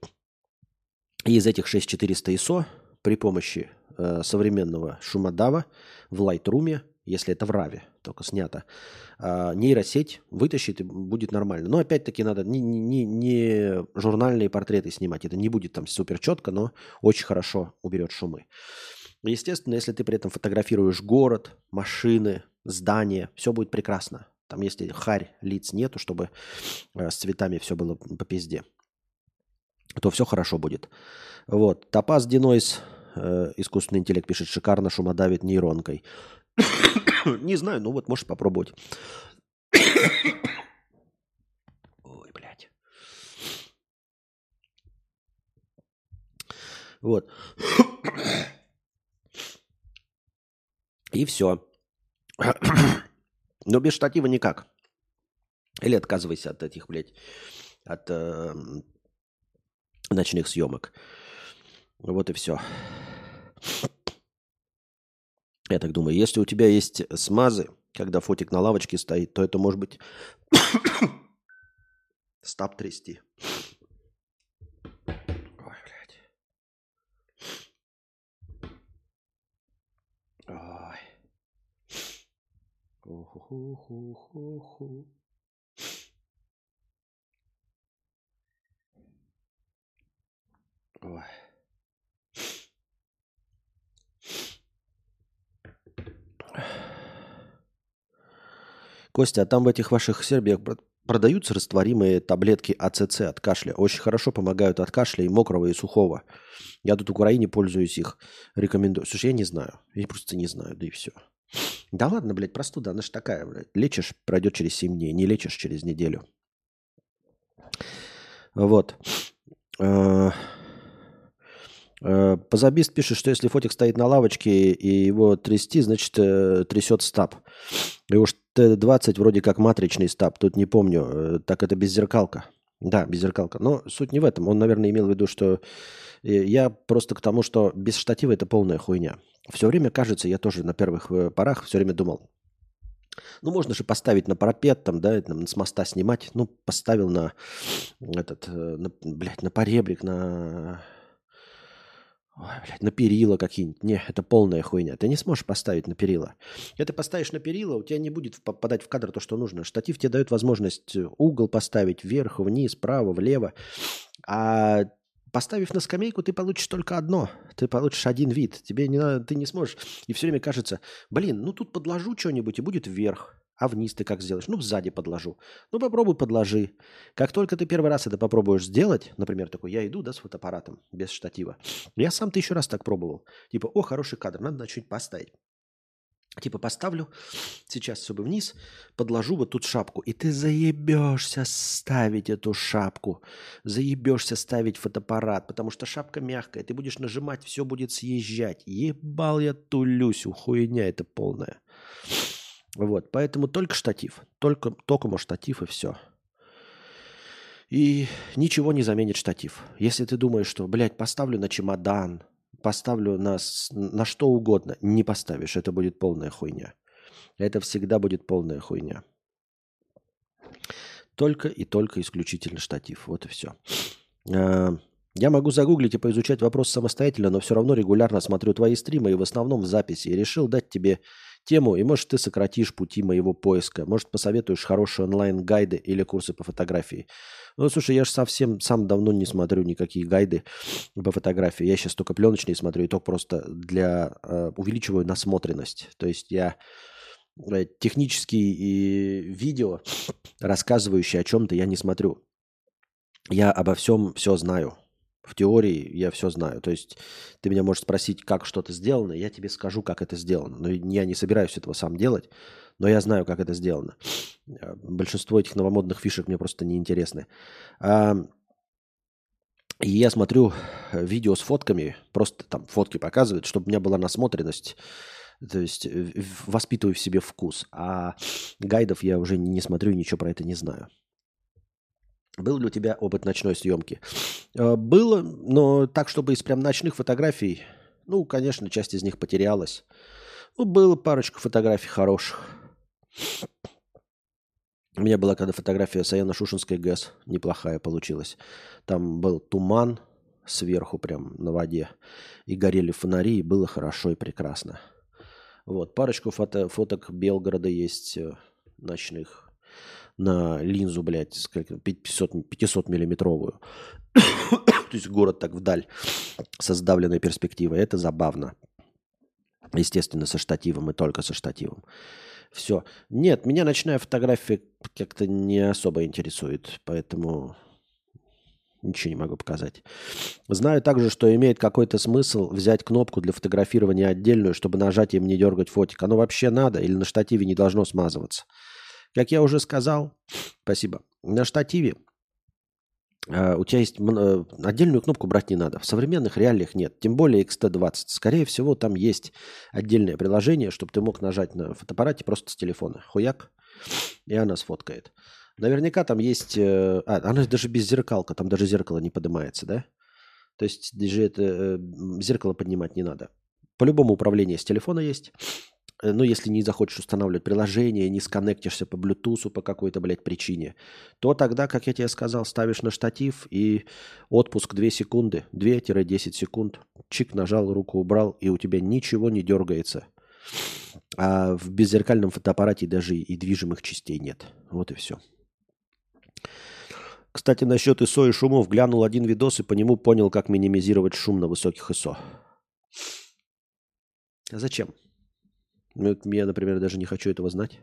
И из этих шесть тысяч четыреста ай эс о при помощи э, современного шумодава в Lightroom, если это в раве только снято, э, нейросеть вытащит и будет нормально. Но опять-таки надо не, не, не не журнальные портреты снимать. Это не будет там супер четко, но очень хорошо уберет шумы. Естественно, если ты при этом фотографируешь город, машины, здания, все будет прекрасно. Там если харь лиц нету, чтобы э, с цветами все было по пизде, то все хорошо будет. Вот. Топаз Динойс, э, искусственный интеллект пишет, шикарно шумодавит нейронкой. Не знаю, ну вот можешь попробовать. Ой, блядь. Вот. И все. Но без штатива никак. Или отказывайся от этих, блядь, от э, ночных съемок. Вот и все. Я так думаю, если у тебя есть смазы, когда фотик на лавочке стоит, то это может быть стаб трясти. Ой, блядь. Ой. Уху-ху-ху-ху-ху. Ой. Костя, а там в этих ваших Сербиях продаются растворимые таблетки АЦЦ от кашля? Очень хорошо помогают от кашля и мокрого, и сухого. Я тут в Украине пользуюсь их, рекомендую. Слушай, я не знаю. Я просто не знаю, да и все. Да ладно, блядь, простуда, она же такая, блядь. Лечишь, пройдет через семь дней, не лечишь через неделю. Вот. Позабист пишет, что если фотик стоит на лавочке и его трясти, значит трясет стаб. И уж Т двадцать вроде как матричный стаб, тут не помню, так это беззеркалка. Да, беззеркалка. Но суть не в этом. Он, наверное, имел в виду, что я просто к тому, что без штатива это полная хуйня. Все время кажется, я тоже на первых порах все время думал, ну, можно же поставить на парапет, там, да, там, с моста снимать. Ну, поставил на этот, на, блядь, на поребрик, на... Ой, блядь, на перила какие-нибудь. Не, это полная хуйня. Ты не сможешь поставить на перила. Если ты поставишь на перила, у тебя не будет попадать в кадр то, что нужно. Штатив тебе дает возможность угол поставить вверх, вниз, вправо, влево. А поставив на скамейку, ты получишь только одно. Ты получишь один вид. Тебе не надо, ты не сможешь. И все время кажется, блин, ну тут подложу что-нибудь и будет вверх. А вниз ты как сделаешь? Ну, сзади подложу. Ну, попробуй подложи. Как только ты первый раз это попробуешь сделать, например, такой, я иду, да, с фотоаппаратом, без штатива. Я сам тысячу раз так пробовал. Типа, о, хороший кадр, надо на что-нибудь поставить. Типа, поставлю сейчас все бы вниз, подложу вот тут шапку. И ты заебешься ставить эту шапку. Заебешься ставить фотоаппарат, потому что шапка мягкая. Ты будешь нажимать, все будет съезжать. Ебал я ту Люсю, хуйня это полная. Вот, поэтому только штатив. Только, только штатив и все. И ничего не заменит штатив. Если ты думаешь, что, блядь, поставлю на чемодан, поставлю на, на что угодно, не поставишь. Это будет полная хуйня. Это всегда будет полная хуйня. Только и только исключительно штатив. Вот и все. Я могу загуглить и поизучать вопрос самостоятельно, но все равно регулярно смотрю твои стримы и в основном в записи. И решил дать тебе тему, и может ты сократишь пути моего поиска. Может посоветуешь хорошие онлайн-гайды или курсы по фотографии. Ну, слушай, я же совсем сам давно не смотрю никакие гайды по фотографии. Я сейчас только пленочные смотрю, и то просто для э, увеличиваю насмотренность. То есть я э, технические и видео, рассказывающие о чем-то, я не смотрю. Я обо всем все знаю. В теории я все знаю. То есть ты меня можешь спросить, как что-то сделано, я тебе скажу, как это сделано. Но я не собираюсь этого сам делать, но я знаю, как это сделано. Большинство этих новомодных фишек мне просто неинтересны. И я смотрю видео с фотками, просто там фотки показывают, чтобы у меня была насмотренность. То есть воспитываю в себе вкус. А гайдов я уже не смотрю и ничего про это не знаю. Был ли у тебя опыт ночной съемки? Было, но так, чтобы из прям ночных фотографий, ну, конечно, часть из них потерялась. Ну, было парочка фотографий хороших. У меня была когда фотография Саяно-Шушенской ГЭС, неплохая получилась. Там был туман сверху прям на воде, и горели фонари, и было хорошо и прекрасно. Вот, парочку фото, фоток Белгорода есть ночных. На линзу, блядь, пятьсот миллиметровую. То есть город так вдаль со сдавленной перспективой. Это забавно. Естественно, со штативом и только со штативом. Все. Нет, меня ночная фотография как-то не особо интересует, поэтому ничего не могу показать. Знаю также, что имеет какой-то смысл взять кнопку для фотографирования отдельную, чтобы нажатием не дергать фотик. Оно вообще надо или на штативе не должно смазываться? Как я уже сказал, спасибо, на штативе э, у тебя есть э, отдельную кнопку брать не надо. В современных реалиях нет, тем более икс ти двадцать. Скорее всего, там есть отдельное приложение, чтобы ты мог нажать на фотоаппарате просто с телефона. Хуяк, и она сфоткает. Наверняка там есть... Э, а, она даже без зеркалка, там даже зеркало не поднимается, да? То есть даже это э, зеркало поднимать не надо. По-любому управление с телефона есть. Ну, если не захочешь устанавливать приложение, не сконнектишься по Bluetooth по какой-то, блядь, причине, то тогда, как я тебе сказал, ставишь на штатив и отпуск две секунды, две-десять секунд, чик, нажал, руку убрал, и у тебя ничего не дергается. А в беззеркальном фотоаппарате даже и движимых частей нет. Вот и все. Кстати, насчет ай эс о и шумов. Глянул один видос и по нему понял, как минимизировать шум на высоких ай эс о. А зачем? Ну, это я, например, даже не хочу этого знать.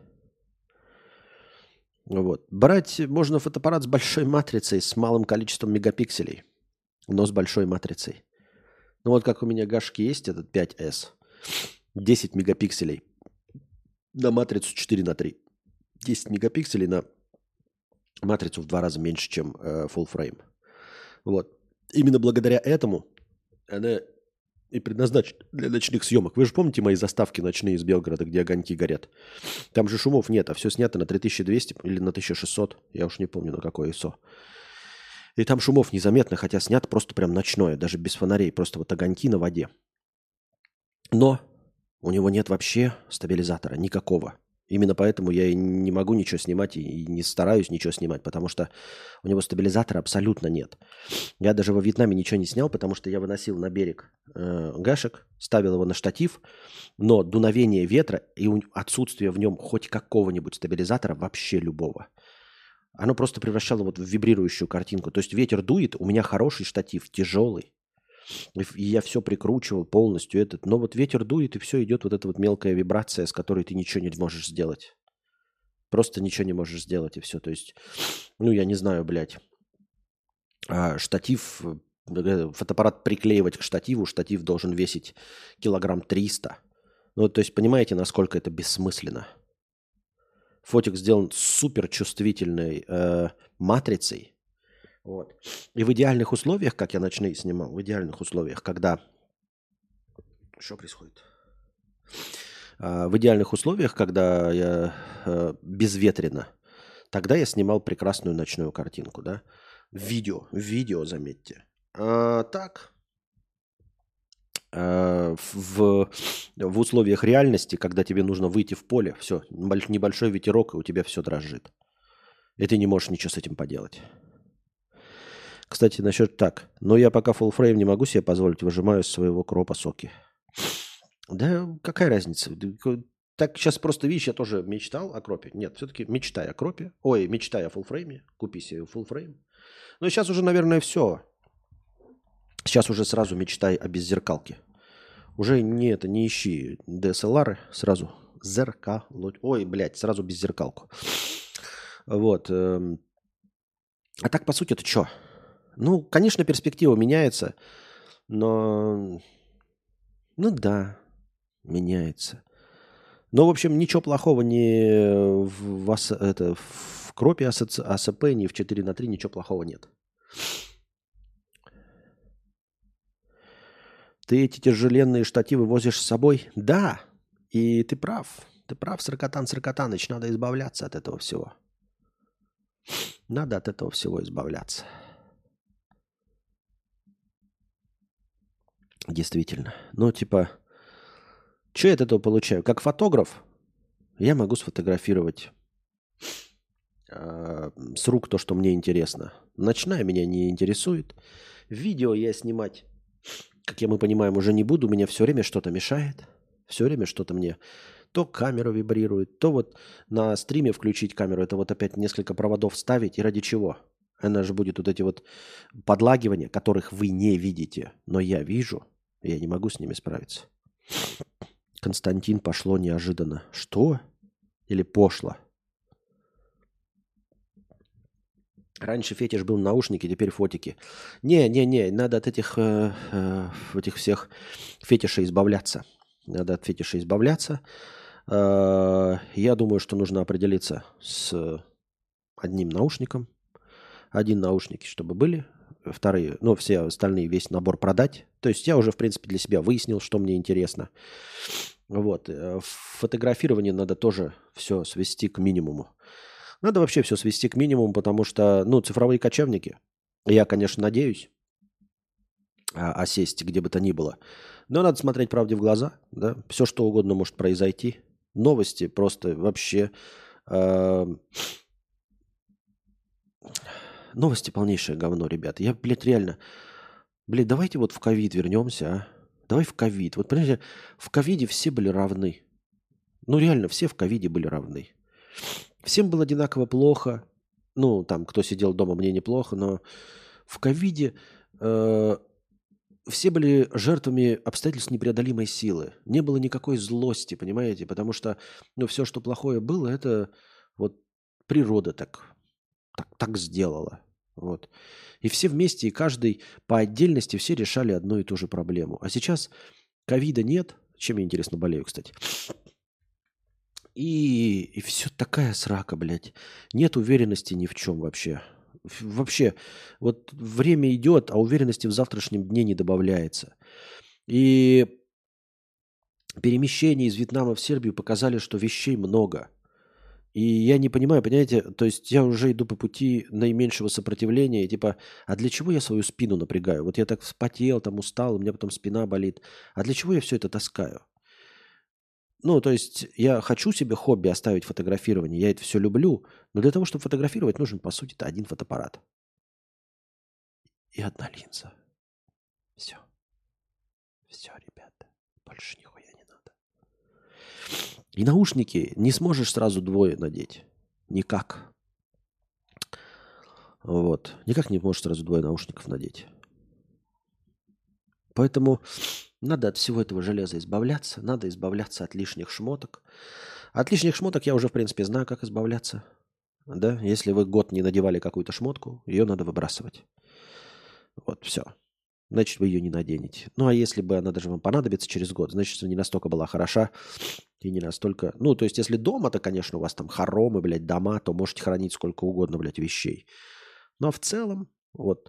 Вот. Брать можно фотоаппарат с большой матрицей, с малым количеством мегапикселей, но с большой матрицей. Ну вот как у меня гашки есть, этот пять эс, десять мегапикселей на матрицу четыре на три. десять мегапикселей на матрицу в два раза меньше, чем э, full frame. Вот. Именно благодаря этому она и предназначена для ночных съемок. Вы же помните мои заставки ночные из Белгорода, где огоньки горят? Там же шумов нет, а все снято на три тысячи двести или на тысяча шестьсот. Я уж не помню, на какое ай эс о. И там шумов незаметно, хотя снято просто прям ночное, даже без фонарей, просто вот огоньки на воде. Но у него нет вообще стабилизатора никакого. Именно поэтому я и не могу ничего снимать и не стараюсь ничего снимать, потому что у него стабилизатора абсолютно нет. Я даже во Вьетнаме ничего не снял, потому что я выносил на берег э, гашек, ставил его на штатив, но дуновение ветра и отсутствие в нем хоть какого-нибудь стабилизатора, вообще любого, оно просто превращало вот в вибрирующую картинку. То есть ветер дует, у меня хороший штатив, тяжелый, и я все прикручивал полностью этот. Но вот ветер дует, и все идет вот эта вот мелкая вибрация, с которой ты ничего не можешь сделать. Просто ничего не можешь сделать, и все. То есть, ну, я не знаю, блядь. А штатив, фотоаппарат приклеивать к штативу, штатив должен весить килограмм триста. Ну, то есть, понимаете, насколько это бессмысленно. Фотик сделан супер чувствительной э, матрицей. Вот. И в идеальных условиях, как я ночные снимал, в идеальных условиях, когда... Что происходит? А, в идеальных условиях, когда я а, безветренно, тогда я снимал прекрасную ночную картинку, да? В видео, в видео, заметьте. А, так, а, в, в условиях реальности, когда тебе нужно выйти в поле, все, небольшой ветерок, и у тебя все дрожит. И ты не можешь ничего с этим поделать. Кстати, насчет так. Но я пока full frame не могу себе позволить, выжимаю из своего кропа соки. Да какая разница? Так сейчас просто, видишь, я тоже мечтал о кропе. Нет, все-таки мечтай о кропе. Ой, мечтай о full frame. Купи себе full frame. Но сейчас уже, наверное, все. Сейчас уже сразу мечтай о беззеркалке. Уже не это, не ищи ди эс эл ар, сразу зеркало. Ой, блядь, сразу беззеркалку. Вот. А так, по сути, это что? Ну, конечно, перспектива меняется, но... Ну да, меняется. Но, в общем, ничего плохого ни в, в, это, в кропе АСП, ни в четыре на три, ничего плохого нет. Ты эти тяжеленные штативы возишь с собой? Да, и ты прав. Ты прав, Саркатан Саркатаныч, надо избавляться от этого всего. Надо от этого всего избавляться. Действительно. Ну, типа, что я от этого получаю? Как фотограф я могу сфотографировать э, с рук то, что мне интересно. Ночная меня не интересует. Видео я снимать, как я мы понимаем, уже не буду. Меня все время что-то мешает. Все время что-то мне... То камера вибрирует, то вот на стриме включить камеру. Это вот опять несколько проводов ставить. И ради чего? Она же будет вот эти вот подлагивания, которых вы не видите. Но я вижу. Я не могу с ними справиться. Константин, пошло неожиданно. Что? Или пошло? Раньше фетиш был наушники, теперь фотики. Не-не-не, надо от этих, э, э, этих всех фетишей избавляться. Надо от фетиша избавляться. Э, я думаю, что нужно определиться с одним наушником. Один наушник, чтобы были. Вторые, ну, все остальные, весь набор продать. То есть я уже, в принципе, для себя выяснил, что мне интересно. Вот. Фотографирование надо тоже все свести к минимуму. Надо вообще все свести к минимуму, потому что, ну, цифровые кочевники, я, конечно, надеюсь осесть где бы то ни было. Но надо смотреть правде в глаза. Да? Все, что угодно может произойти. Новости просто вообще... Э- Новости полнейшее говно, ребята. Я, блядь, реально... Блядь, давайте вот в ковид вернемся, а? Давай в ковид. Вот, понимаете, в ковиде все были равны. Ну, реально, все в ковиде были равны. Всем было одинаково плохо. ну, там, кто сидел дома, мне неплохо, но в ковиде э, все были жертвами обстоятельств непреодолимой силы. Не было никакой злости, понимаете? Потому что, ну, все, что плохое было, это вот природа так, так, так сделала. Вот. И все вместе, и каждый по отдельности, все решали одну и ту же проблему. А сейчас ковида нет. Чем я, интересно, болею, кстати. И, и все такая срака, блядь. Нет уверенности ни в чем вообще. Ф- Вообще, вот время идет, а уверенности в завтрашнем дне не добавляется. И перемещения из Вьетнама в Сербию показали, что вещей много. И я не понимаю, понимаете, то есть я уже иду по пути наименьшего сопротивления, и типа, а для чего я свою спину напрягаю? Вот я так вспотел, там устал, у меня потом спина болит. А для чего я все это таскаю? Ну, то есть я хочу себе хобби оставить фотографирование, я это все люблю, но для того, чтобы фотографировать, нужен, по сути, один фотоаппарат и одна линза. Все, все, ребята, больше нихуя не надо. И наушники не сможешь сразу двое надеть. Никак. Вот. Никак не можешь сразу двое наушников надеть. Поэтому надо от всего этого железа избавляться. Надо избавляться от лишних шмоток. От лишних шмоток я уже, в принципе, знаю, как избавляться. Да? Если вы год не надевали какую-то шмотку, ее надо выбрасывать. Вот, все. Значит, вы ее не наденете. Ну, а если бы она даже вам понадобится через год, значит, она не настолько была хороша и не настолько... Ну, то есть, если дома-то, конечно, у вас там хоромы, блядь, дома, то можете хранить сколько угодно, блядь, вещей. Но в целом, вот,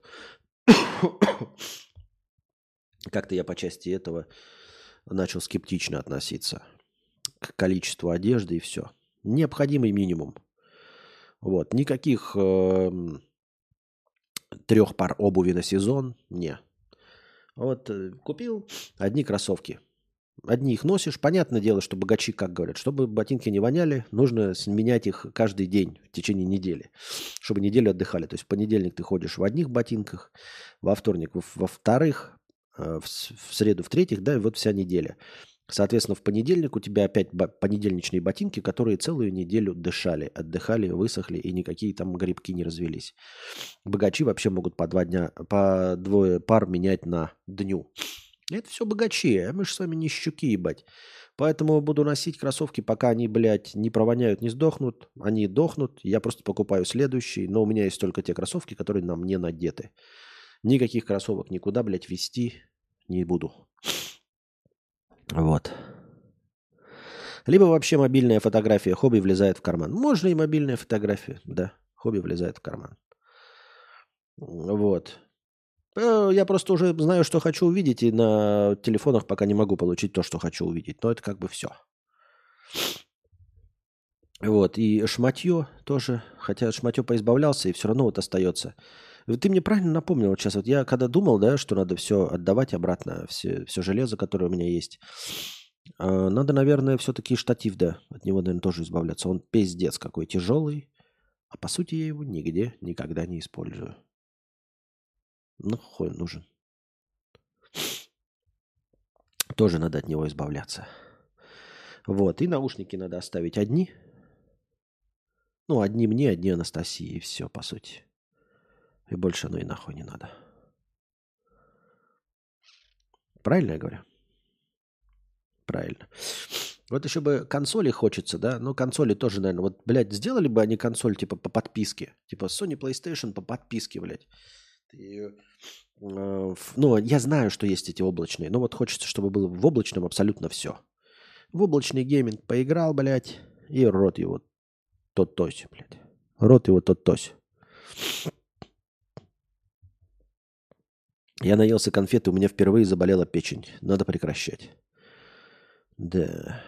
как-то я по части этого начал скептично относиться к количеству одежды и все. Необходимый минимум. Вот, никаких эм, трех пар обуви на сезон, не. Вот э, купил одни кроссовки. Одни их носишь. Понятное дело, что богачи, как говорят, чтобы ботинки не воняли, нужно менять их каждый день в течение недели, чтобы неделю отдыхали. То есть в понедельник ты ходишь в одних ботинках, во вторник во, во вторых, э, в, с- в среду в-третьих, да, и вот вся неделя. Соответственно, в понедельник у тебя опять бо- понедельничные ботинки, которые целую неделю дышали, отдыхали, высохли, и никакие там грибки не развелись. Богачи вообще могут по два дня, по двое пар менять на дню. Это все богачи, а мы же с вами не щуки, ебать. Поэтому буду носить кроссовки, пока они, блядь, не провоняют, не сдохнут. Они дохнут, я просто покупаю следующие. Но у меня есть только те кроссовки, которые на мне надеты. Никаких кроссовок никуда, блядь, вести не буду. Вот. Либо вообще мобильная фотография, хобби влезает в карман. Можно и мобильная фотография, да. Хобби влезает в карман. Вот. Э, Я просто уже знаю, что хочу увидеть, и на телефонах пока не могу получить то, что хочу увидеть. Но это как бы все. Вот, и шматье тоже, хотя от шматье поизбавлялся, и все равно вот остается. Вот ты мне правильно напомнил вот сейчас, вот я когда думал, да, что надо все отдавать обратно, все, все железо, которое у меня есть, а, надо, наверное, все-таки штатив, да, от него, наверное, тоже избавляться. Он пиздец какой тяжелый, а по сути я его нигде никогда не использую. Ну, хуй он нужен. Тоже надо от него избавляться. Вот, и наушники надо оставить одни. Ну, одни мне, одни Анастасии, и все, по сути. И больше оно и нахуй не надо. Правильно я говорю? Правильно. Вот еще бы консоли хочется, да? Ну, консоли тоже, наверное. Вот, блядь, сделали бы они консоль типа по подписке. Типа Sony PlayStation по подписке, блядь. Ты, э, в- ну, я знаю, что есть эти облачные, но вот хочется, чтобы было в облачном абсолютно все. В облачный гейминг поиграл, блядь, и рот его тот тось, блядь. Рот его тот тось. Я наелся конфеты, у меня впервые заболела печень. Надо прекращать. Да.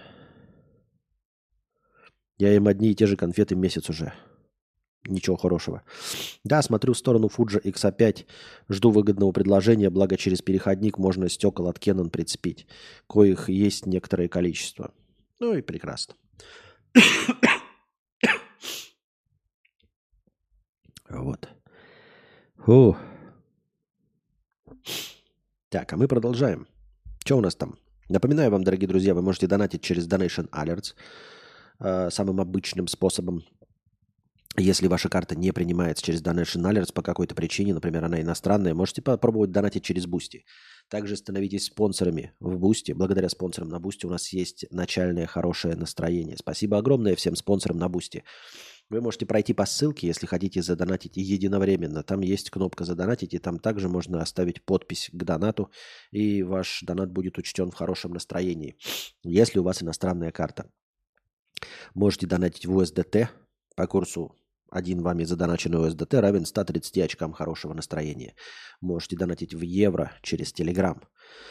Я им одни и те же конфеты месяц уже. Ничего хорошего. Да, смотрю в сторону Fuji икс пять. Жду выгодного предложения, благо через переходник можно стекол от Canon прицепить, коих есть некоторое количество. Ну и прекрасно. Вот. Фу. Так, а мы продолжаем. Что у нас там? Напоминаю вам, дорогие друзья, вы можете донатить через Donation Alerts э, самым обычным способом. Если ваша карта не принимается через Donation Alerts по какой-то причине, например, она иностранная, можете попробовать донатить через Boosty. Также становитесь спонсорами в Boosty. Благодаря спонсорам на Boosty у нас есть начальное хорошее настроение. Спасибо огромное всем спонсорам на Boosty. Вы можете пройти по ссылке, если хотите задонатить единовременно. Там есть кнопка «Задонатить», и там также можно оставить подпись к донату, и ваш донат будет учтен в хорошем настроении, если у вас иностранная карта. Можете донатить в ю эс ди ти по курсу один вами задоначенный ю эс ди ти равен ста тридцати очкам хорошего настроения. Можете донатить в евро через Telegram.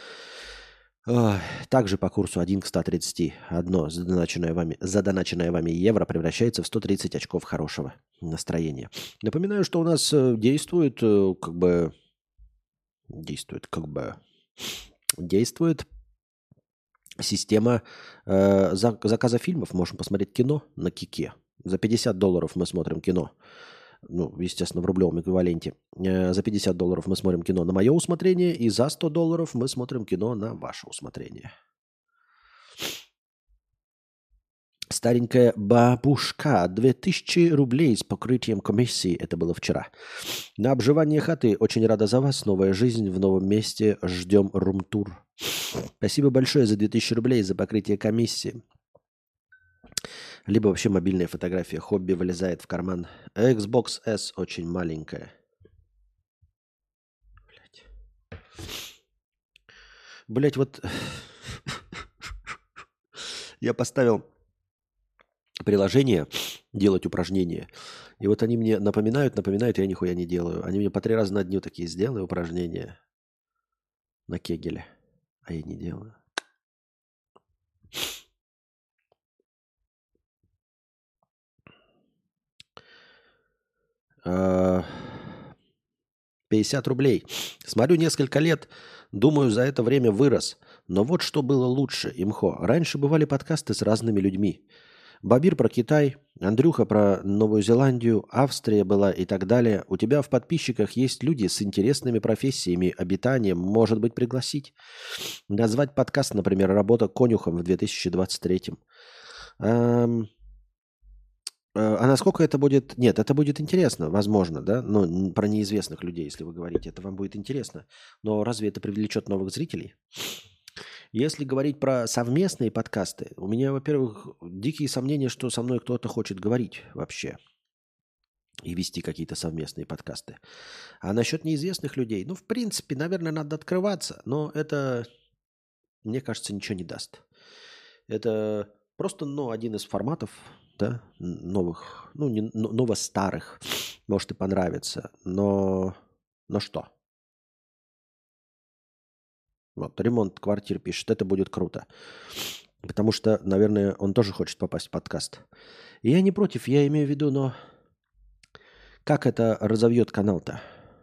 Также по курсу один к ста тридцати одно задоначенное вами, задоначенное вами евро превращается в сто тридцать очков хорошего настроения. Напоминаю, что у нас действует э, как бы... Действует как бы... Действует система э, заказа фильмов. Можем посмотреть кино на Кике. За пятьдесят долларов мы смотрим кино. Ну, естественно, в рублевом эквиваленте. Э, за пятьдесят долларов мы смотрим кино на мое усмотрение, и за сто долларов мы смотрим кино на ваше усмотрение. Старенькая бабушка. две тысячи рублей с покрытием комиссии. Это было вчера. На обживание хаты. Очень рада за вас. Новая жизнь в новом месте. Ждем румтур. Спасибо большое за две тысячи рублей за покрытие комиссии. Либо вообще мобильная фотография. Хобби вылезает в карман. Xbox S очень маленькая. Блять. Блять, вот... Я поставил приложение делать упражнения. И вот они мне напоминают, напоминают, я нихуя не делаю. Они мне по три раза на дню такие: сделай упражнения на кегеле. А я не делаю. пятьдесят рублей. Смотрю несколько лет, думаю, за это время вырос. Но вот что было лучше, имхо. Раньше бывали подкасты с разными людьми. Бабир про Китай, Андрюха про Новую Зеландию, Австрия была и так далее. У тебя в подписчиках есть люди с интересными профессиями, обитанием, может быть, пригласить. Назвать подкаст, например, «Работа конюхом» в две тысячи двадцать третьем. Эм... А насколько это будет... Нет, это будет интересно, возможно, да? Ну, про неизвестных людей, если вы говорите, это вам будет интересно. Но разве это привлечет новых зрителей? Если говорить про совместные подкасты, у меня, во-первых, дикие сомнения, что со мной кто-то хочет говорить вообще и вести какие-то совместные подкасты. А насчет неизвестных людей, ну, в принципе, наверное, надо открываться, но это, мне кажется, ничего не даст. Это просто, ну, один из форматов, да, новых, ну, не ново-старых, может и понравится, но, но что? Вот, ремонт квартир пишет, это будет круто. Потому что, наверное, он тоже хочет попасть в подкаст. И я не против, я имею в виду, но как это разовьет канал-то?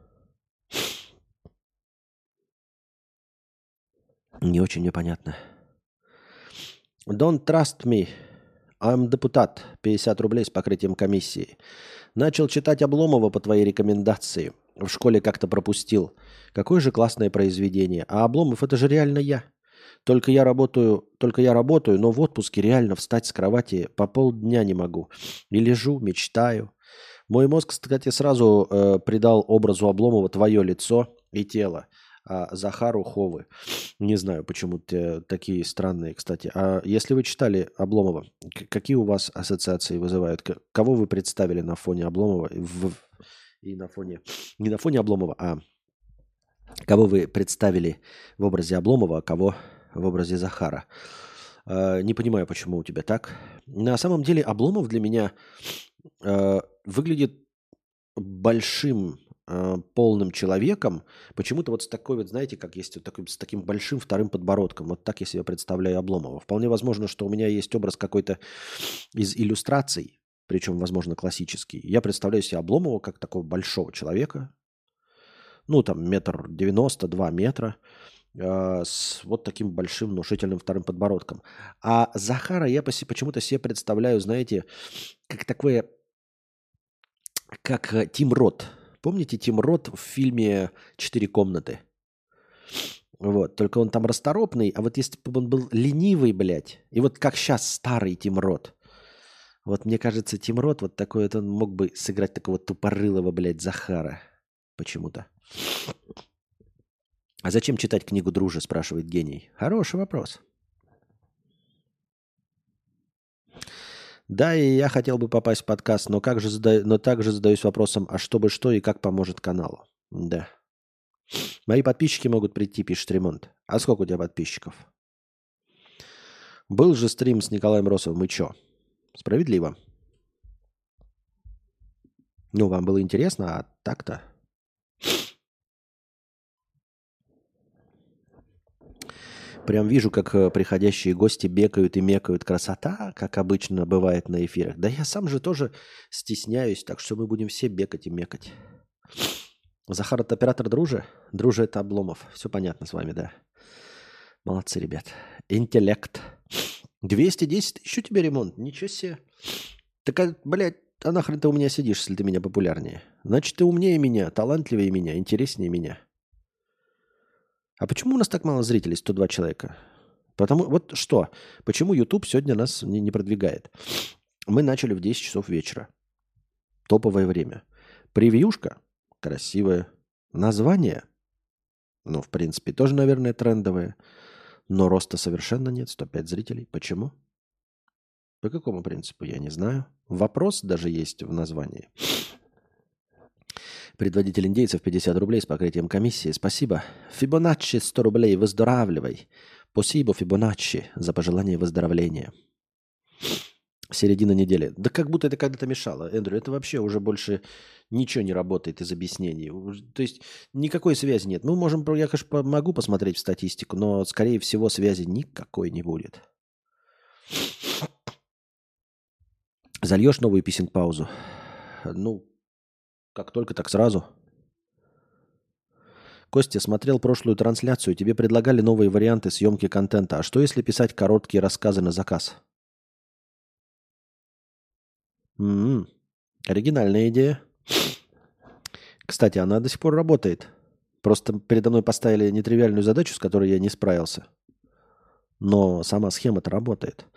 Не очень мне понятно. Don't trust me. I'm депутат. пятьдесят рублей с покрытием комиссии. Начал читать Обломова по твоей рекомендации. В школе как-то пропустил. Какое же классное произведение. А Обломов — это же реально я. Только я работаю, только я работаю, но в отпуске реально встать с кровати по полдня не могу. И лежу, мечтаю. Мой мозг, кстати, сразу э, придал образу Обломова твое лицо и тело. А Захару Ховы. Не знаю, почему такие странные, кстати. А если вы читали Обломова, какие у вас ассоциации вызывают? Кого вы представили на фоне Обломова в, и на фоне... Не на фоне Обломова, а кого вы представили в образе Обломова, а кого в образе Захара? А, не понимаю, почему у тебя так. На самом деле Обломов для меня а, выглядит большим полным человеком, почему-то вот с такой вот, знаете, как есть вот такой, с таким большим вторым подбородком. Вот так я себе представляю Обломова. Вполне возможно, что у меня есть образ какой-то из иллюстраций, причем, возможно, классический. Я представляю себе Обломова как такого большого человека, ну, там, метр девяносто, два метра, э, с вот таким большим внушительным вторым подбородком. А Захара я почему-то себе представляю, знаете, как такое, как Тим Рот. Помните Тим Рот в фильме «Четыре комнаты»? Вот, только он там расторопный, а вот если бы он был ленивый, блядь, и вот как сейчас старый Тим Рот, Вот мне кажется, Тим Рот вот такой вот, он мог бы сыграть такого тупорылого, блядь, Захара. Почему-то. А зачем читать книгу «Дружи», спрашивает гений. Хороший вопрос. Да, и я хотел бы попасть в подкаст, но, как же зада... но также задаюсь вопросом, а что бы что и как поможет каналу. Да. Мои подписчики могут прийти, пишет Ремонт. А сколько у тебя подписчиков? Был же стрим с Николаем Росовым, и чё? Справедливо. Ну, вам было интересно, а так-то... Прям вижу, как э, приходящие гости бегают и мекают. Красота, как обычно бывает на эфирах. Да я сам же тоже стесняюсь, так что мы будем все бегать и мекать. Захар — это оператор Дружи? Дружи — это Обломов. Все понятно с вами, да. Молодцы, ребят. Интеллект. двести десять тысяч у тебя ремонт? Ничего себе. Так, а, блядь, а нахрен ты у меня сидишь, если ты меня популярнее? Значит, ты умнее меня, талантливее меня, интереснее меня. А почему у нас так мало зрителей, сто два человека? Потому вот что, почему YouTube сегодня нас не, не продвигает? Мы начали в десять часов вечера. Топовое время. Превьюшка красивая. Название, ну, в принципе, тоже, наверное, трендовое. Но роста совершенно нет. сто пять зрителей. Почему? По какому принципу, я не знаю. Вопрос даже есть в названии. Предводитель индейцев пятьдесят рублей с покрытием комиссии. Спасибо. Фибоначчи сто рублей. Выздоравливай. Спасибо, Фибоначчи, за пожелание выздоровления. Середина недели. Да как будто это когда-то мешало. Эндрю, это вообще уже больше ничего не работает из объяснений. То есть никакой связи нет. Мы можем, я, конечно, могу посмотреть в статистику, но, скорее всего, связи никакой не будет. Зальешь новую писинг-паузу? Ну, как только, так сразу. Костя, смотрел прошлую трансляцию, тебе предлагали новые варианты съемки контента. А что, если писать короткие рассказы на заказ? М-м-м. Оригинальная идея. Кстати, она до сих пор работает. Просто передо мной поставили нетривиальную задачу, с которой я не справился. Но сама схема-то работает.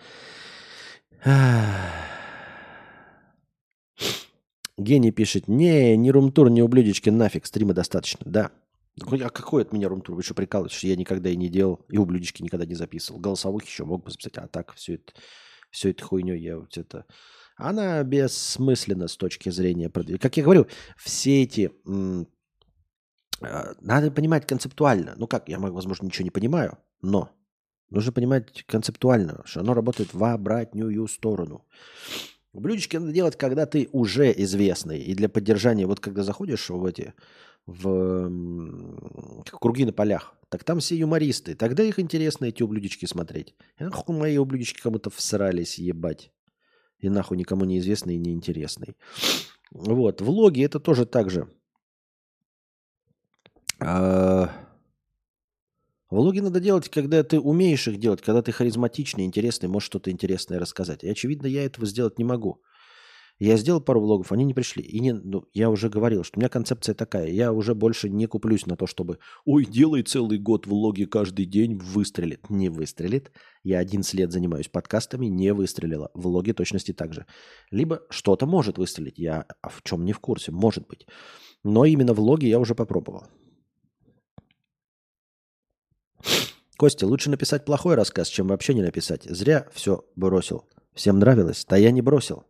Гений пишет, не, не румтур, не ублюдечки, нафиг, стрима достаточно. Да. А какой от меня румтур? Вы что, прикалываетесь? Я никогда и не делал, и ублюдечки никогда не записывал. Голосовых еще мог бы записать, а так все это, все это хуйней я вот это... Она бессмысленна с точки зрения продвижения. Как я говорю, все эти... М- э, надо понимать концептуально. Ну как, я, возможно, ничего не понимаю, но нужно понимать концептуально, что оно работает в обратную сторону. Блюдечки надо делать, когда ты уже известный. И для поддержания, вот когда заходишь в эти, в м, круги на полях, так там все юмористы. Тогда их интересно эти ублюдечки смотреть. И нахуй мои ублюдечки кому-то всрались, ебать. И нахуй никому не известный и неинтересный. Вот, влоги это тоже так же. А, Влоги надо делать, когда ты умеешь их делать, когда ты харизматичный, интересный, можешь что-то интересное рассказать. И, очевидно, я этого сделать не могу. Я сделал пару влогов, они не пришли. И не, ну, я уже говорил, что у меня концепция такая. Я уже больше не куплюсь на то, чтобы «Ой, делай целый год влоги каждый день, выстрелит». Не выстрелит. Я одиннадцать лет занимаюсь подкастами, не выстрелило. Влоги точности так же. Либо что-то может выстрелить. Я в чем не в курсе, может быть. Но именно влоги я уже попробовал. Костя, лучше написать плохой рассказ, чем вообще не написать. Зря все бросил. Всем нравилось? Да я не бросил.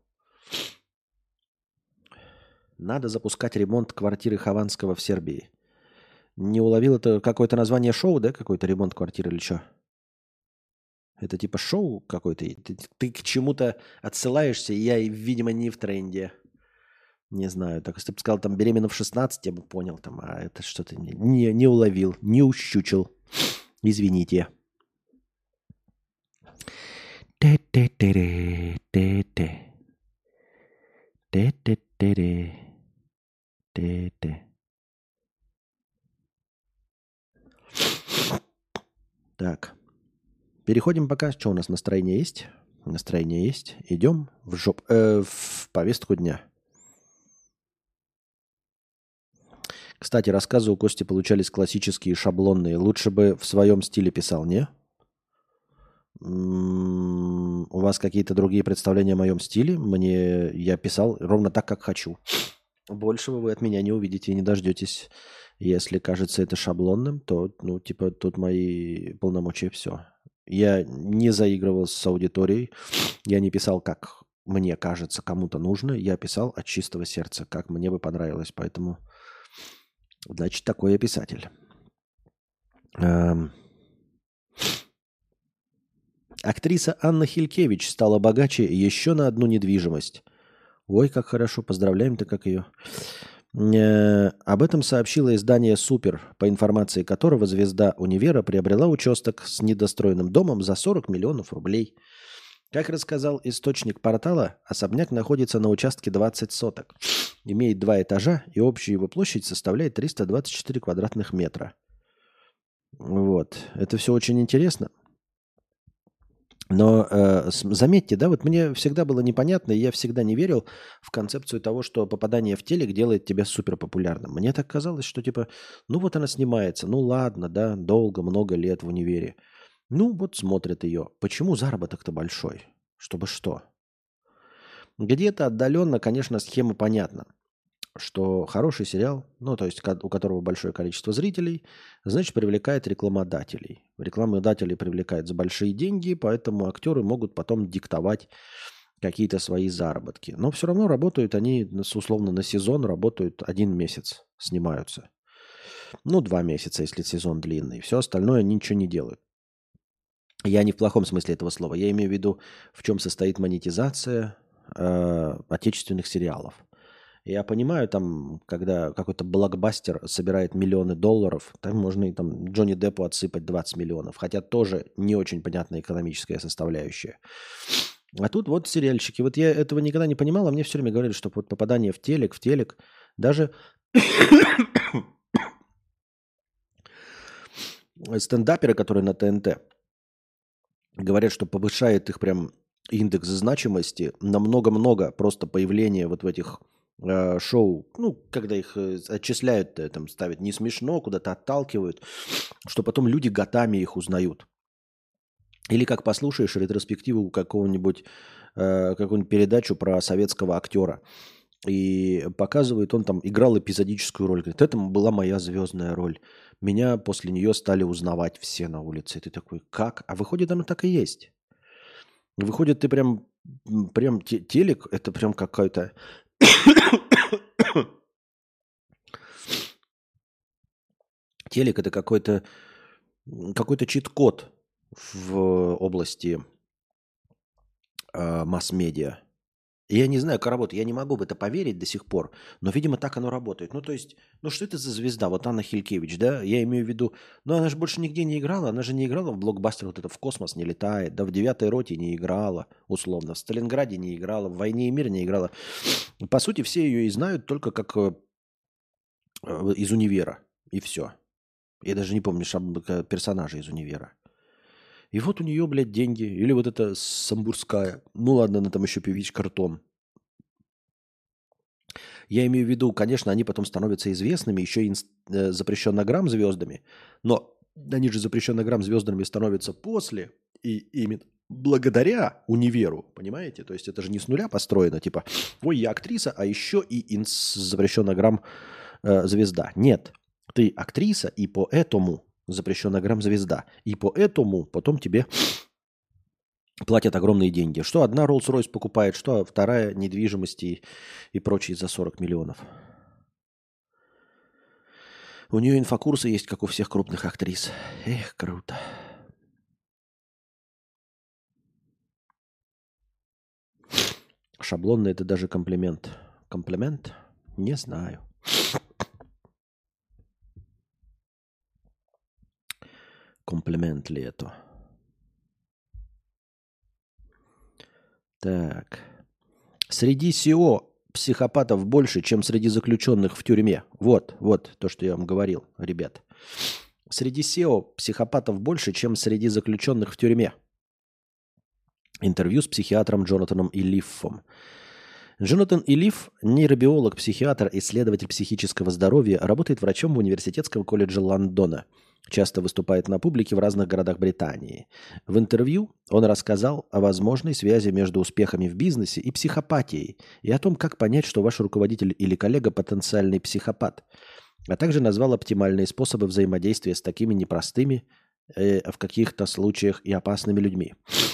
Надо запускать ремонт квартиры Хованского в Сербии. Не уловил, это какое-то название шоу, да? Какой-то ремонт квартиры или что? Это типа шоу какой-то? Ты, ты к чему-то отсылаешься, и я, видимо, не в тренде. Не знаю. Так, если бы сказал, там, беременна в шестнадцать, я бы понял. Там, а это что-то не, не, не уловил, не ущучил. Извините. Те-те-те-те-те. Те-те-те-те. Те-те. Так. Переходим пока. Что у нас, настроение есть? Настроение есть. Идем в, жоп... э, в повестку дня. Кстати, рассказы у Кости получались классические, шаблонные. Лучше бы в своем стиле писал, не? М, У вас какие-то другие представления о моем стиле? Мне я писал ровно так, как хочу. Большего вы от меня не увидите и не дождетесь. Если кажется это шаблонным, то, ну, типа, тут мои полномочия все. Я не заигрывал с аудиторией. Я не писал, как мне кажется, кому-то нужно. Я писал от чистого сердца, как мне бы понравилось. Поэтому, значит, такой я писатель. Эм, Актриса Анна Хилькевич стала богаче еще на одну недвижимость. Ой, как хорошо, поздравляем-то, как ее. Э, Об этом сообщило издание «Супер», по информации которого звезда «Универа» приобрела участок с недостроенным домом за сорок миллионов рублей. Как рассказал источник портала, особняк находится на участке двадцать соток, имеет два этажа и общая его площадь составляет триста двадцать четыре квадратных метра. Вот. Это все очень интересно. Но э, с- заметьте, да, вот мне всегда было непонятно, и я всегда не верил в концепцию того, что попадание в телек делает тебя суперпопулярным. Мне так казалось, что типа, ну вот она снимается, ну ладно, да, долго, много лет в универе. Ну вот смотрят ее. Почему заработок-то большой? Чтобы что? Где-то отдаленно, конечно, схема понятна, что хороший сериал, ну, то есть ко- у которого большое количество зрителей, значит, привлекает рекламодателей. Рекламодатели привлекают за большие деньги, поэтому актеры могут потом диктовать какие-то свои заработки. Но все равно работают они, на- с- условно, на сезон, работают один месяц, снимаются. Ну, два месяца, если сезон длинный. Все остальное они ничего не делают. Я не в плохом смысле этого слова. Я имею в виду, в чем состоит монетизация э, отечественных сериалов. Я понимаю, там, когда какой-то блокбастер собирает миллионы долларов, там можно и там Джонни Деппу отсыпать двадцать миллионов, хотя тоже не очень понятная экономическая составляющая. А тут вот сериальчики. Вот я этого никогда не понимал, а мне все время говорили, что вот попадание в телек, в телек, даже стендаперы, которые на Т Н Т, говорят, что повышает их прям индекс значимости на много-много просто появление вот в этих э, шоу, ну, когда их э, отчисляют, э, там ставят не смешно, куда-то отталкивают, что потом люди годами их узнают. Или как послушаешь ретроспективу какого-нибудь, э, какую-нибудь передачу про советского актера, и показывает, он там играл эпизодическую роль. Говорит, это была моя звездная роль. Меня после нее стали узнавать все на улице. И ты такой, как? А выходит, оно так и есть. Выходит, ты прям, м, прям те- телек, это прям какая-то... Телек это какой-то м, какой-то чит-код в области а, масс-медиа. Я не знаю, как работает, я не могу в это поверить до сих пор, но, видимо, так оно работает. Ну, то есть, ну что это за звезда? Вот Анна Хилькевич, да, я имею в виду, ну она же больше нигде не играла, она же не играла в блокбастер, вот это в космос не летает, да, в «Девятой роте» не играла, условно, в «Сталинграде» не играла, в «Войне и мире» не играла. По сути, все ее и знают только как э, э, из «Универа», и все. Я даже не помню шаб- к- персонажа из «Универа». И вот у нее, блядь, деньги. Или вот эта Самбурская. Ну ладно, она там еще певичка ртом. Я имею в виду, конечно, они потом становятся известными, еще и инс- э, запрещеннограмм звездами, но они же запрещеннограмм звездами становятся после и именно благодаря универу, понимаете? То есть это же не с нуля построено, типа, ой, я актриса, а еще и инс запрещеннограмм э, звезда. Нет, ты актриса, и поэтому запрещеннограмм звезда. И поэтому потом тебе платят огромные деньги. Что одна Rolls-Royce покупает, что вторая недвижимости и, и прочие за сорок миллионов. У нее инфокурсы есть, как у всех крупных актрис. Эх, круто. Шаблонный это даже комплимент. Комплимент? Не знаю. Комплимент ли это? Так. Среди С И О психопатов больше, чем среди заключенных в тюрьме. Вот, вот то, что я вам говорил, ребят. Среди С И О психопатов больше, чем среди заключенных в тюрьме. Интервью с психиатром Джонатаном Илиффом. Джонатан Илиф, нейробиолог, психиатр, исследователь психического здоровья, работает врачом в университетском колледже Лондона. Часто выступает на публике в разных городах Британии. В интервью он рассказал о возможной связи между успехами в бизнесе и психопатией, и о том, как понять, что ваш руководитель или коллега потенциальный психопат, а также назвал оптимальные способы взаимодействия с такими непростыми, э, в каких-то случаях и опасными людьми.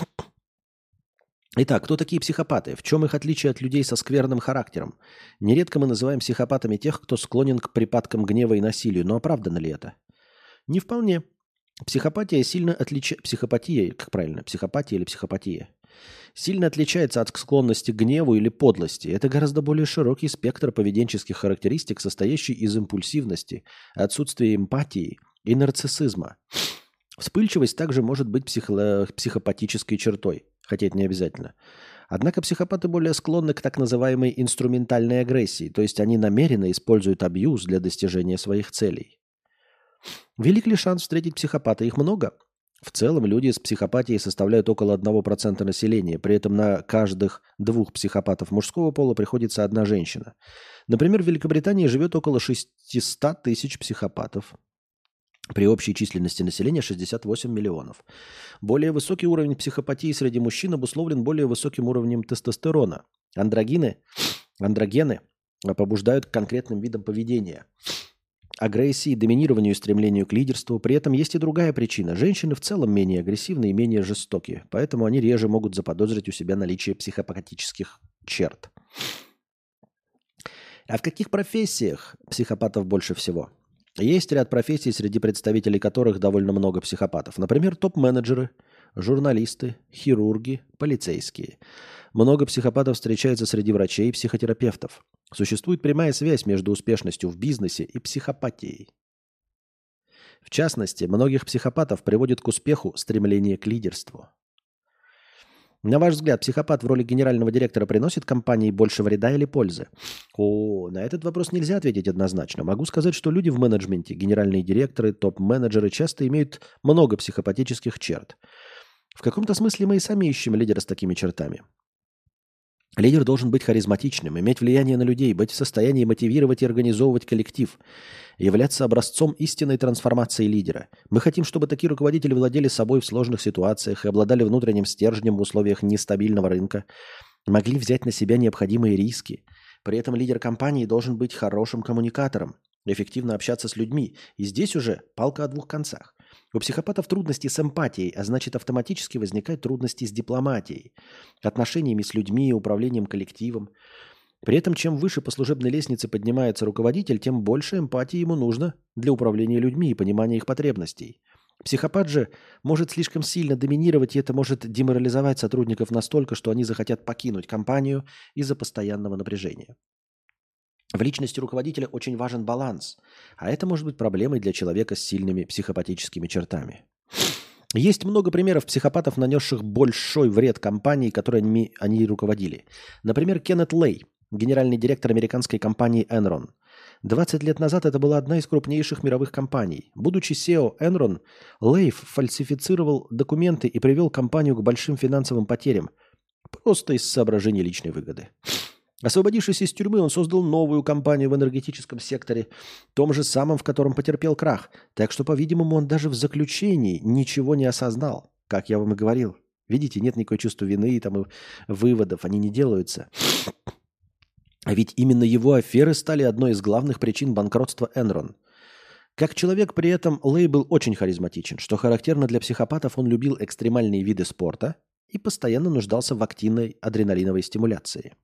Итак, кто такие психопаты? В чем их отличие от людей со скверным характером? Нередко мы называем психопатами тех, кто склонен к припадкам гнева и насилию, но оправдано ли это? Не вполне. Психопатия сильно отличается... Психопатия, как правильно? Психопатия или психопатия? Сильно отличается от склонности к гневу или подлости. Это гораздо более широкий спектр поведенческих характеристик, состоящий из импульсивности, отсутствия эмпатии и нарциссизма. Вспыльчивость также может быть психо... психопатической чертой, хотя это не обязательно. Однако психопаты более склонны к так называемой инструментальной агрессии, то есть они намеренно используют абьюз для достижения своих целей. Велик ли шанс встретить психопата? Их много. В целом люди с психопатией составляют около одного процента населения, при этом на каждых двух психопатов мужского пола приходится одна женщина. Например, в Великобритании живет около шестьсот тысяч психопатов. При общей численности населения шестьдесят восемь миллионов. Более высокий уровень психопатии среди мужчин обусловлен более высоким уровнем тестостерона. Андрогины, андрогены побуждают к конкретным видам поведения. Агрессии, доминированию и стремлению к лидерству. При этом есть и другая причина. Женщины в целом менее агрессивны и менее жестоки, поэтому они реже могут заподозрить у себя наличие психопатических черт. А в каких профессиях психопатов больше всего? Есть ряд профессий, среди представителей которых довольно много психопатов. Например, топ-менеджеры, журналисты, хирурги, полицейские. Много психопатов встречается среди врачей и психотерапевтов. Существует прямая связь между успешностью в бизнесе и психопатией. В частности, многих психопатов приводит к успеху стремление к лидерству. На ваш взгляд, психопат в роли генерального директора приносит компании больше вреда или пользы? О, на этот вопрос нельзя ответить однозначно. Могу сказать, что люди в менеджменте, генеральные директоры, топ-менеджеры часто имеют много психопатических черт. В каком-то смысле мы и сами ищем лидера с такими чертами. Лидер должен быть харизматичным, иметь влияние на людей, быть в состоянии мотивировать и организовывать коллектив, являться образцом истинной трансформации лидера. Мы хотим, чтобы такие руководители владели собой в сложных ситуациях и обладали внутренним стержнем в условиях нестабильного рынка, могли взять на себя необходимые риски. При этом лидер компании должен быть хорошим коммуникатором, эффективно общаться с людьми. И здесь уже палка о двух концах. У психопатов трудности с эмпатией, а значит автоматически возникают трудности с дипломатией, отношениями с людьми, управлением коллективом. При этом чем выше по служебной лестнице поднимается руководитель, тем больше эмпатии ему нужно для управления людьми и понимания их потребностей. Психопат же может слишком сильно доминировать, и это может деморализовать сотрудников настолько, что они захотят покинуть компанию из-за постоянного напряжения. В личности руководителя очень важен баланс, а это может быть проблемой для человека с сильными психопатическими чертами. Есть много примеров психопатов, нанесших большой вред компании, которой они, они руководили. Например, Кеннет Лей, генеральный директор американской компании Enron. двадцать лет назад это была одна из крупнейших мировых компаний. Будучи си и о Enron, Лей фальсифицировал документы и привел компанию к большим финансовым потерям, просто из соображений личной выгоды. Освободившись из тюрьмы, он создал новую компанию в энергетическом секторе, том же самом, в котором потерпел крах. Так что, по-видимому, он даже в заключении ничего не осознал, как я вам и говорил. Видите, нет никакого чувства вины, там, и выводов, они не делаются. А ведь именно его аферы стали одной из главных причин банкротства Enron. Как человек при этом Лей был очень харизматичен. Что характерно для психопатов, он любил экстремальные виды спорта и постоянно нуждался в активной адреналиновой стимуляции.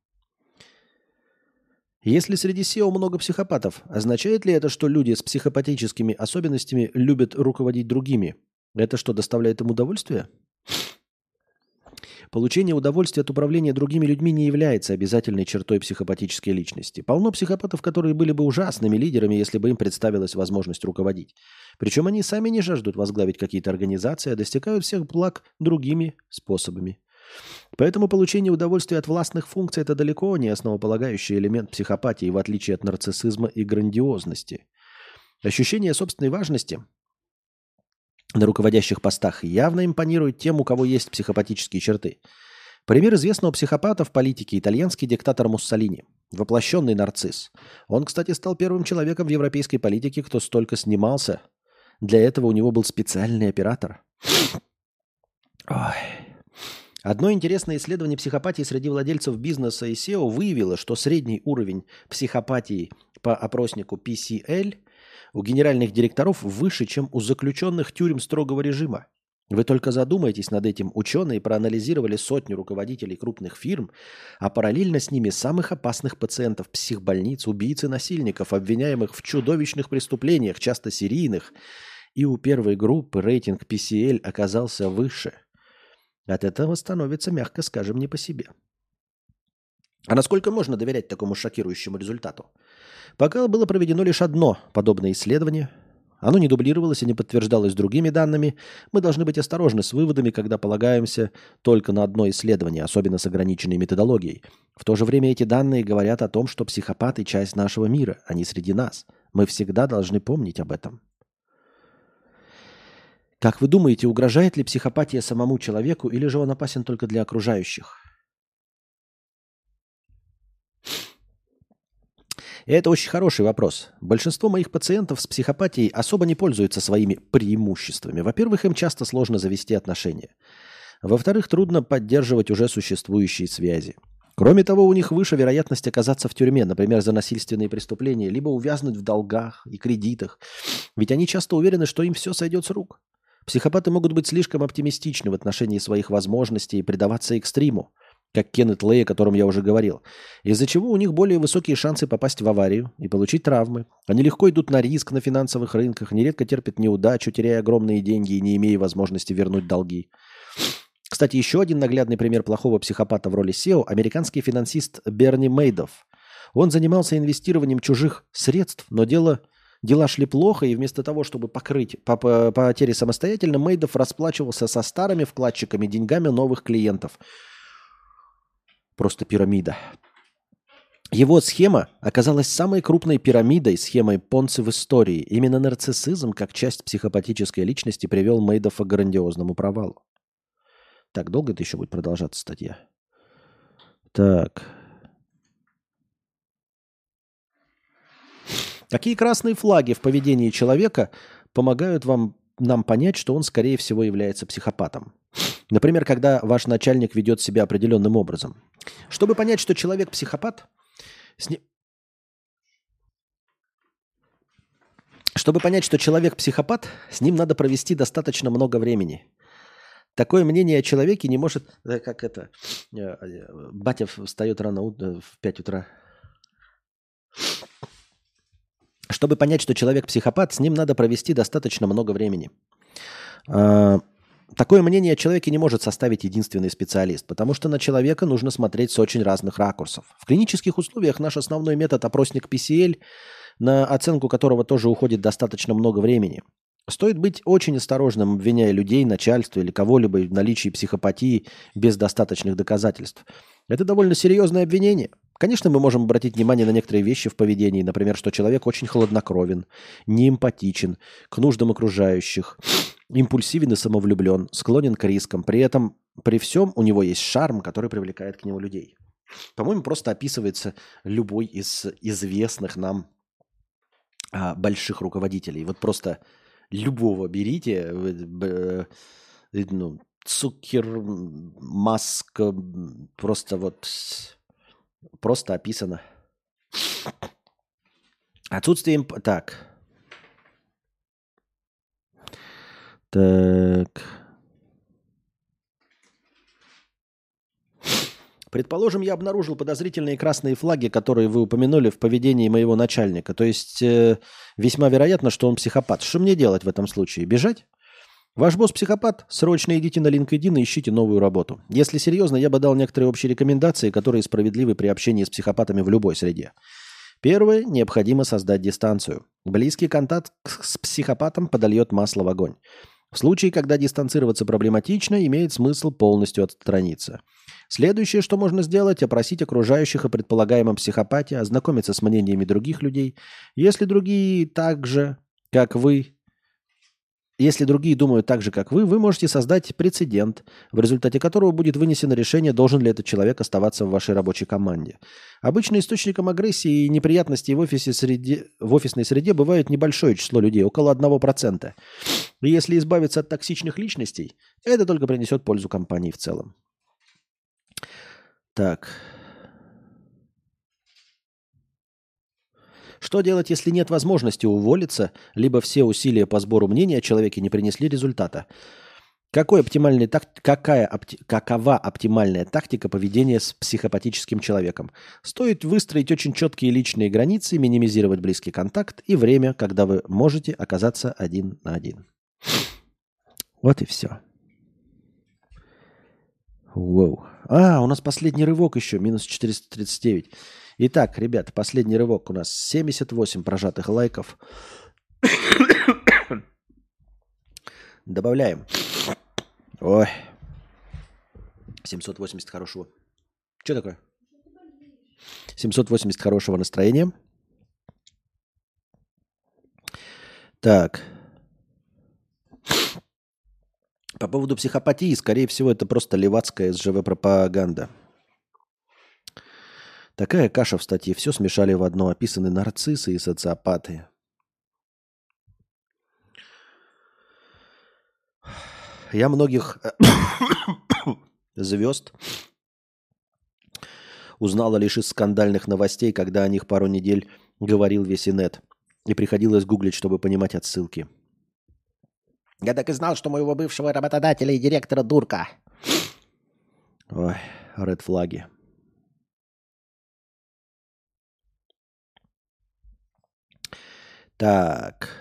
Если среди си и о много психопатов, означает ли это, что люди с психопатическими особенностями любят руководить другими? Это что, доставляет им удовольствие? Получение удовольствия от управления другими людьми не является обязательной чертой психопатической личности. Полно психопатов, которые были бы ужасными лидерами, если бы им представилась возможность руководить. Причем они сами не жаждут возглавить какие-то организации, а достигают всех благ другими способами. Поэтому получение удовольствия от властных функций – это далеко не основополагающий элемент психопатии, в отличие от нарциссизма и грандиозности. Ощущение собственной важности на руководящих постах явно импонирует тем, у кого есть психопатические черты. Пример известного психопата в политике – итальянский диктатор Муссолини, воплощенный нарцисс. Он, кстати, стал первым человеком в европейской политике, кто столько снимался Для этого у него был специальный оператор. Ой. Одно интересное исследование психопатии среди владельцев бизнеса и сео выявило, что средний уровень психопатии по опроснику пи си эл у генеральных директоров выше, чем у заключенных тюрем строгого режима. Вы только задумайтесь над этим. Ученые проанализировали сотню руководителей крупных фирм, а параллельно с ними самых опасных пациентов психбольниц, убийц и насильников, обвиняемых в чудовищных преступлениях, часто серийных. И у первой группы рейтинг пи си эл оказался выше. От этого становится, мягко скажем, не по себе. А насколько можно доверять такому шокирующему результату? Пока было проведено лишь одно подобное исследование. Оно не дублировалось и не подтверждалось другими данными. Мы должны быть осторожны с выводами, когда полагаемся только на одно исследование, особенно с ограниченной методологией. В то же время эти данные говорят о том, что психопаты – часть нашего мира, они среди нас. Мы всегда должны помнить об этом. Как вы думаете, угрожает ли психопатия самому человеку, или же он опасен только для окружающих? И это очень хороший вопрос. Большинство моих пациентов с психопатией особо не пользуются своими преимуществами. Во-первых, им часто сложно завести отношения. Во-вторых, трудно поддерживать уже существующие связи. Кроме того, у них выше вероятность оказаться в тюрьме, например, за насильственные преступления, либо увязнуть в долгах и кредитах. Ведь они часто уверены, что им все сойдет с рук. Психопаты могут быть слишком оптимистичны в отношении своих возможностей и предаваться экстриму, как Кеннет Лэй, о котором я уже говорил, из-за чего у них более высокие шансы попасть в аварию и получить травмы. Они легко идут на риск на финансовых рынках, нередко терпят неудачу, теряя огромные деньги и не имея возможности вернуть долги. Кстати, еще один наглядный пример плохого психопата в роли сео – американский финансист Берни Мейдофф. Он занимался инвестированием чужих средств, но дело... Дела шли плохо, и вместо того, чтобы покрыть потери самостоятельно, Мейдофф расплачивался со старыми вкладчиками деньгами новых клиентов. Просто пирамида. Его схема оказалась самой крупной пирамидой, схемой Понци в истории. Именно нарциссизм, как часть психопатической личности, привел Мейдоффа к грандиозному провалу. Так, долго это еще будет продолжаться статья? Так... Какие красные флаги в поведении человека помогают вам, нам понять, что он, скорее всего, является психопатом? Например, когда ваш начальник ведет себя определенным образом. Чтобы понять, что человек психопат, с ним... Чтобы понять, что человек психопат, с ним надо провести достаточно много времени. Такое мнение о человеке не может... Как это... Батя встает рано в пять утра. Чтобы понять, что человек психопат, с ним надо провести достаточно много времени. Такое мнение о человеке не может составить единственный специалист, потому что на человека нужно смотреть с очень разных ракурсов. В клинических условиях наш основной метод – опросник пи си эл, на оценку которого тоже уходит достаточно много времени. Стоит быть очень осторожным, обвиняя людей, начальство или кого-либо в наличии психопатии без достаточных доказательств. Это довольно серьезное обвинение. Конечно, мы можем обратить внимание на некоторые вещи в поведении, например, что человек очень хладнокровен, неэмпатичен к нуждам окружающих, импульсивен и самовлюблен, склонен к рискам. При этом, при всем, у него есть шарм, который привлекает к нему людей. По-моему, просто описывается любой из известных нам а, больших руководителей. Вот просто любого берите, э, э, ну, Цукер, Маск, просто вот... Просто описано. Отсутствие... Так. Так. Предположим, я обнаружил подозрительные красные флаги, которые вы упомянули в поведении моего начальника. То есть э, весьма вероятно, что он психопат. Что мне делать в этом случае? Бежать? Ваш босс психопат? Срочно идите на LinkedIn и ищите новую работу. Если серьезно, я бы дал некоторые общие рекомендации, которые справедливы при общении с психопатами в любой среде. Первое. Необходимо создать дистанцию. Близкий контакт с психопатом подольет масло в огонь. В случае, когда дистанцироваться проблематично, имеет смысл полностью отстраниться. Следующее, что можно сделать, опросить окружающих о предполагаемом психопате, ознакомиться с мнениями других людей. Если другие так же, как вы, Если другие думают так же, как вы, вы можете создать прецедент, в результате которого будет вынесено решение, должен ли этот человек оставаться в вашей рабочей команде. Обычно источником агрессии и неприятностей в, офисе среде, в офисной среде бывает небольшое число людей, около одного процента. И если избавиться от токсичных личностей, это только принесет пользу компании в целом. Так. Что делать, если нет возможности уволиться, либо все усилия по сбору мнения о человеке не принесли результата? Какой оптимальный так... Какая опти... Какова оптимальная тактика поведения с психопатическим человеком? Стоит выстроить очень четкие личные границы, минимизировать близкий контакт и время, когда вы можете оказаться один на один. Вот и все. Воу. А, у нас последний рывок еще, минус четыреста тридцать девять. Итак, ребята, последний рывок у нас семьдесят восемь прожатых лайков. Добавляем. Ой. семьсот восемьдесят хорошего. Что такое? семьсот восемьдесят хорошего настроения. Так. По поводу психопатии, скорее всего, это просто левацкая эс жэ вэ-пропаганда. Такая каша в статье. Все смешали в одно. Описаны нарциссы и социопаты. Я многих звезд узнала лишь из скандальных новостей, когда о них пару недель говорил весь инет. И приходилось гуглить, чтобы понимать отсылки. Я так и знал, что моего бывшего работодателя и директора дурка. Ой, ред флаги. Так.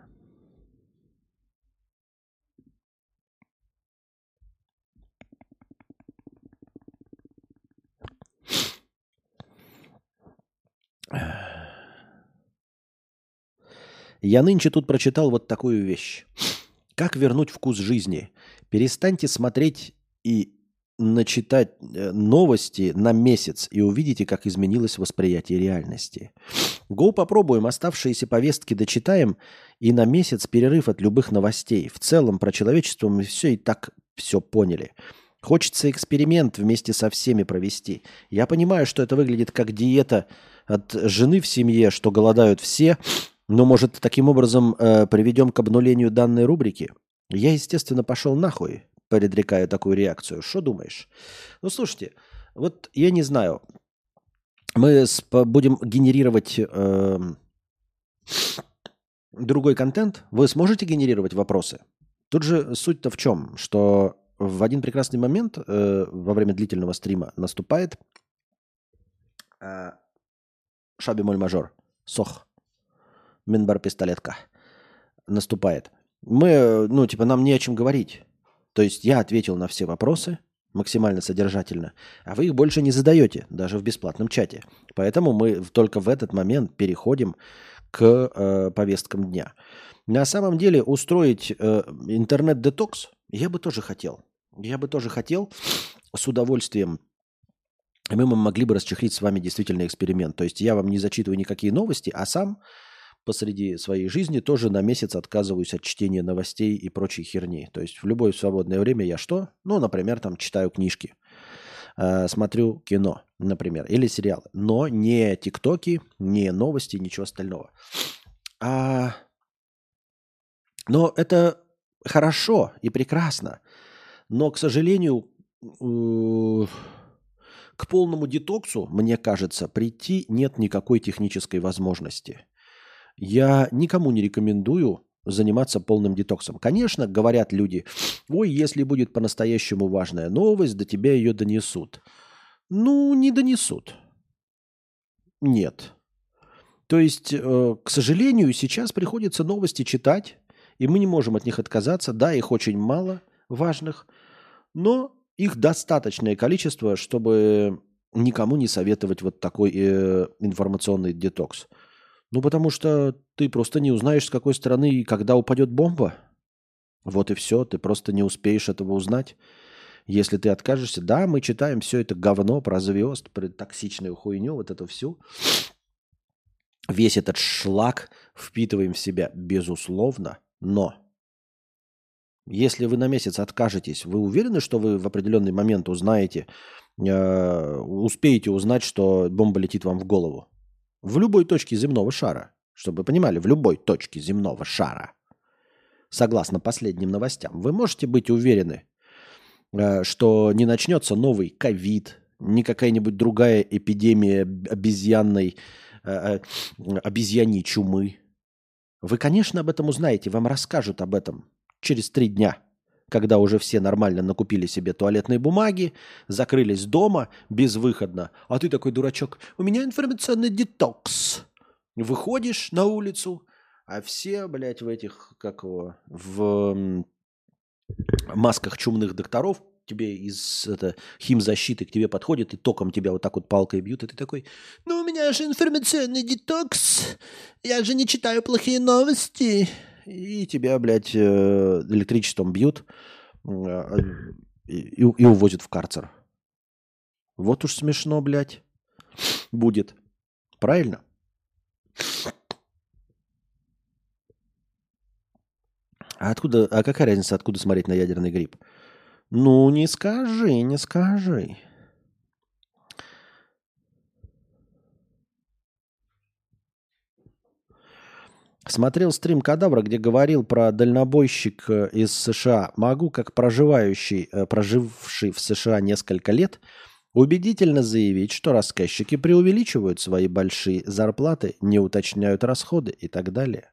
Я нынче тут прочитал вот такую вещь. Как вернуть вкус жизни? Перестаньте смотреть и начитать новости на месяц и увидите, как изменилось восприятие реальности. Го попробуем, оставшиеся повестки дочитаем и на месяц перерыв от любых новостей. В целом про человечество мы все и так все поняли. Хочется эксперимент вместе со всеми провести. Я понимаю, что это выглядит как диета от жены в семье, что голодают все, но, может, таким образом э, приведем к обнулению данной рубрики? Я, естественно, пошел нахуй, предрекая такую реакцию. Что думаешь? Ну, слушайте, вот я не знаю. Мы с, будем генерировать э, другой контент. Вы сможете генерировать вопросы? Тут же суть-то в чем? Что в один прекрасный момент э, во время длительного стрима наступает э, ша-бемоль-мажор, сох, минбар-пистолетка наступает. Мы, ну, типа, нам не о чем говорить. То есть я ответил на все вопросы максимально содержательно, а вы их больше не задаете, даже в бесплатном чате. Поэтому мы только в этот момент переходим к э, повесткам дня. На самом деле устроить э, интернет-детокс я бы тоже хотел. Я бы тоже хотел с удовольствием. Мы могли бы расчехлить с вами действительно эксперимент. То есть я вам не зачитываю никакие новости, а сам посреди своей жизни тоже на месяц отказываюсь от чтения новостей и прочей херни. То есть в любое свободное время я что? Ну, например, там читаю книжки, э, смотрю кино, например, или сериалы. Но не тиктоки, не новости, ничего остального. А... Но это хорошо и прекрасно. Но, к сожалению, э, к полному детоксу, мне кажется, прийти нет никакой технической возможности. Я никому не рекомендую заниматься полным детоксом. Конечно, говорят люди, ой, если будет по-настоящему важная новость, до тебя ее донесут. Ну, не донесут. Нет. То есть, э, к сожалению, сейчас приходится новости читать, и мы не можем от них отказаться. Да, их очень мало важных, но их достаточное количество, чтобы никому не советовать вот такой э, информационный детокс. Ну, потому что ты просто не узнаешь, с какой стороны и когда упадет бомба. Вот и все, ты просто не успеешь этого узнать. Если ты откажешься, да, мы читаем все это говно про звезд, про токсичную хуйню, вот эту всю. Весь этот шлак впитываем в себя, безусловно, но Если вы на месяц откажетесь, вы уверены, что вы в определенный момент узнаете, э, успеете узнать, что бомба летит вам в голову? В любой точке земного шара. Чтобы вы понимали, в любой точке земного шара. Согласно последним новостям. Вы можете быть уверены, э, что не начнется новый ковид, не какая-нибудь другая эпидемия обезьянной, э, э, обезьяньей чумы. Вы, конечно, об этом узнаете, вам расскажут об этом через три дня, когда уже все нормально накупили себе туалетной бумаги, закрылись дома безвыходно, а ты такой дурачок, у меня информационный детокс. Выходишь на улицу, а все, блядь, в этих, как его, в м, масках чумных докторов, тебе из это, химзащиты к тебе подходят и током тебя вот так вот палкой бьют, и ты такой, ну у меня же информационный детокс, я же не читаю плохие новости. И тебя, блядь, э, электричеством бьют э, и, и и увозят в карцер. Вот уж смешно, блядь, будет. Правильно? А откуда, а какая разница, откуда смотреть на ядерный грипп? Ну, не скажи, не скажи. Смотрел стрим Кадавра, где говорил про дальнобойщика из США. Могу, как проживающий, э, проживший в США несколько лет, убедительно заявить, что рассказчики преувеличивают свои большие зарплаты, не уточняют расходы и так далее.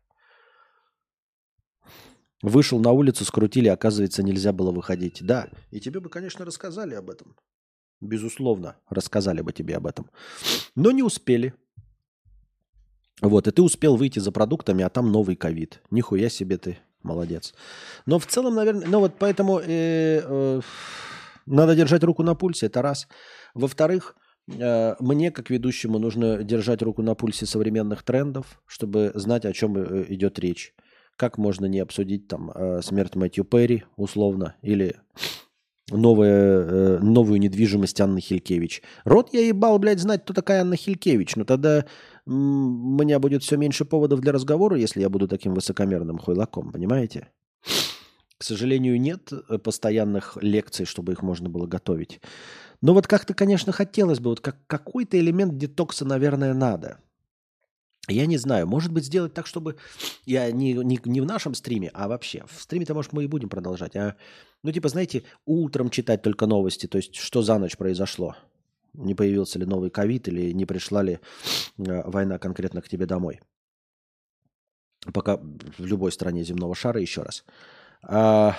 Вышел на улицу, скрутили, оказывается, нельзя было выходить. Да, и тебе бы, конечно, рассказали об этом. Безусловно, рассказали бы тебе об этом. Но не успели. Вот, и ты успел выйти за продуктами, а там новый ковид. Нихуя себе ты, молодец. Но в целом, наверное, ну вот поэтому э, э, надо держать руку на пульсе, это раз. Во-вторых, э, мне, как ведущему, нужно держать руку на пульсе современных трендов, чтобы знать, о чем э, идет речь. Как можно не обсудить там э, смерть Мэтью Перри, условно, или новая, э, новую недвижимость Анны Хилькевич. Рот я ебал, блядь, знать, кто такая Анна Хилькевич. Но тогда м, у меня будет все меньше поводов для разговора, если я буду таким высокомерным хуйлаком, понимаете? К сожалению, нет э, постоянных лекций, чтобы их можно было готовить. Но вот как-то, конечно, хотелось бы, вот как, какой-то элемент детокса, наверное, надо. Я не знаю, может быть, сделать так, чтобы я не, не, не в нашем стриме, а вообще. В стриме-то, может, мы и будем продолжать. А, ну, типа, знаете, утром читать только новости, то есть, что за ночь произошло. Не появился ли новый ковид или не пришла ли э, война конкретно к тебе домой. Пока в любой стране земного шара, еще раз. А,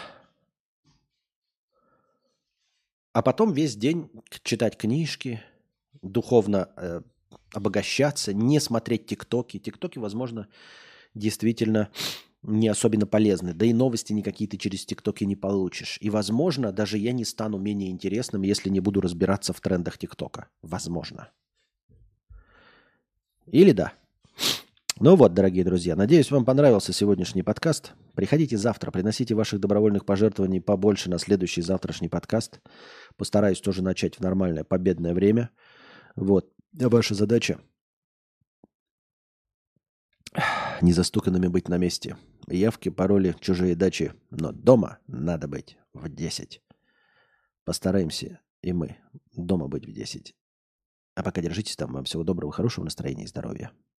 а потом весь день читать книжки, духовно э, обогащаться, не смотреть тиктоки. Тиктоки, возможно, действительно не особенно полезны. Да и новости никакие ты через ТикТоки не получишь. И, возможно, даже я не стану менее интересным, если не буду разбираться в трендах ТикТока. Возможно. Или да. Ну вот, дорогие друзья, надеюсь, вам понравился сегодняшний подкаст. Приходите завтра, приносите ваших добровольных пожертвований побольше на следующий завтрашний подкаст. Постараюсь тоже начать в нормальное победное время. Вот. А ваша задача незастуканными быть на месте. Явки, пароли, чужие дачи. Но дома надо быть в десять. Постараемся и мы дома быть в десять. А пока держитесь там. Вам всего доброго, хорошего настроения и здоровья.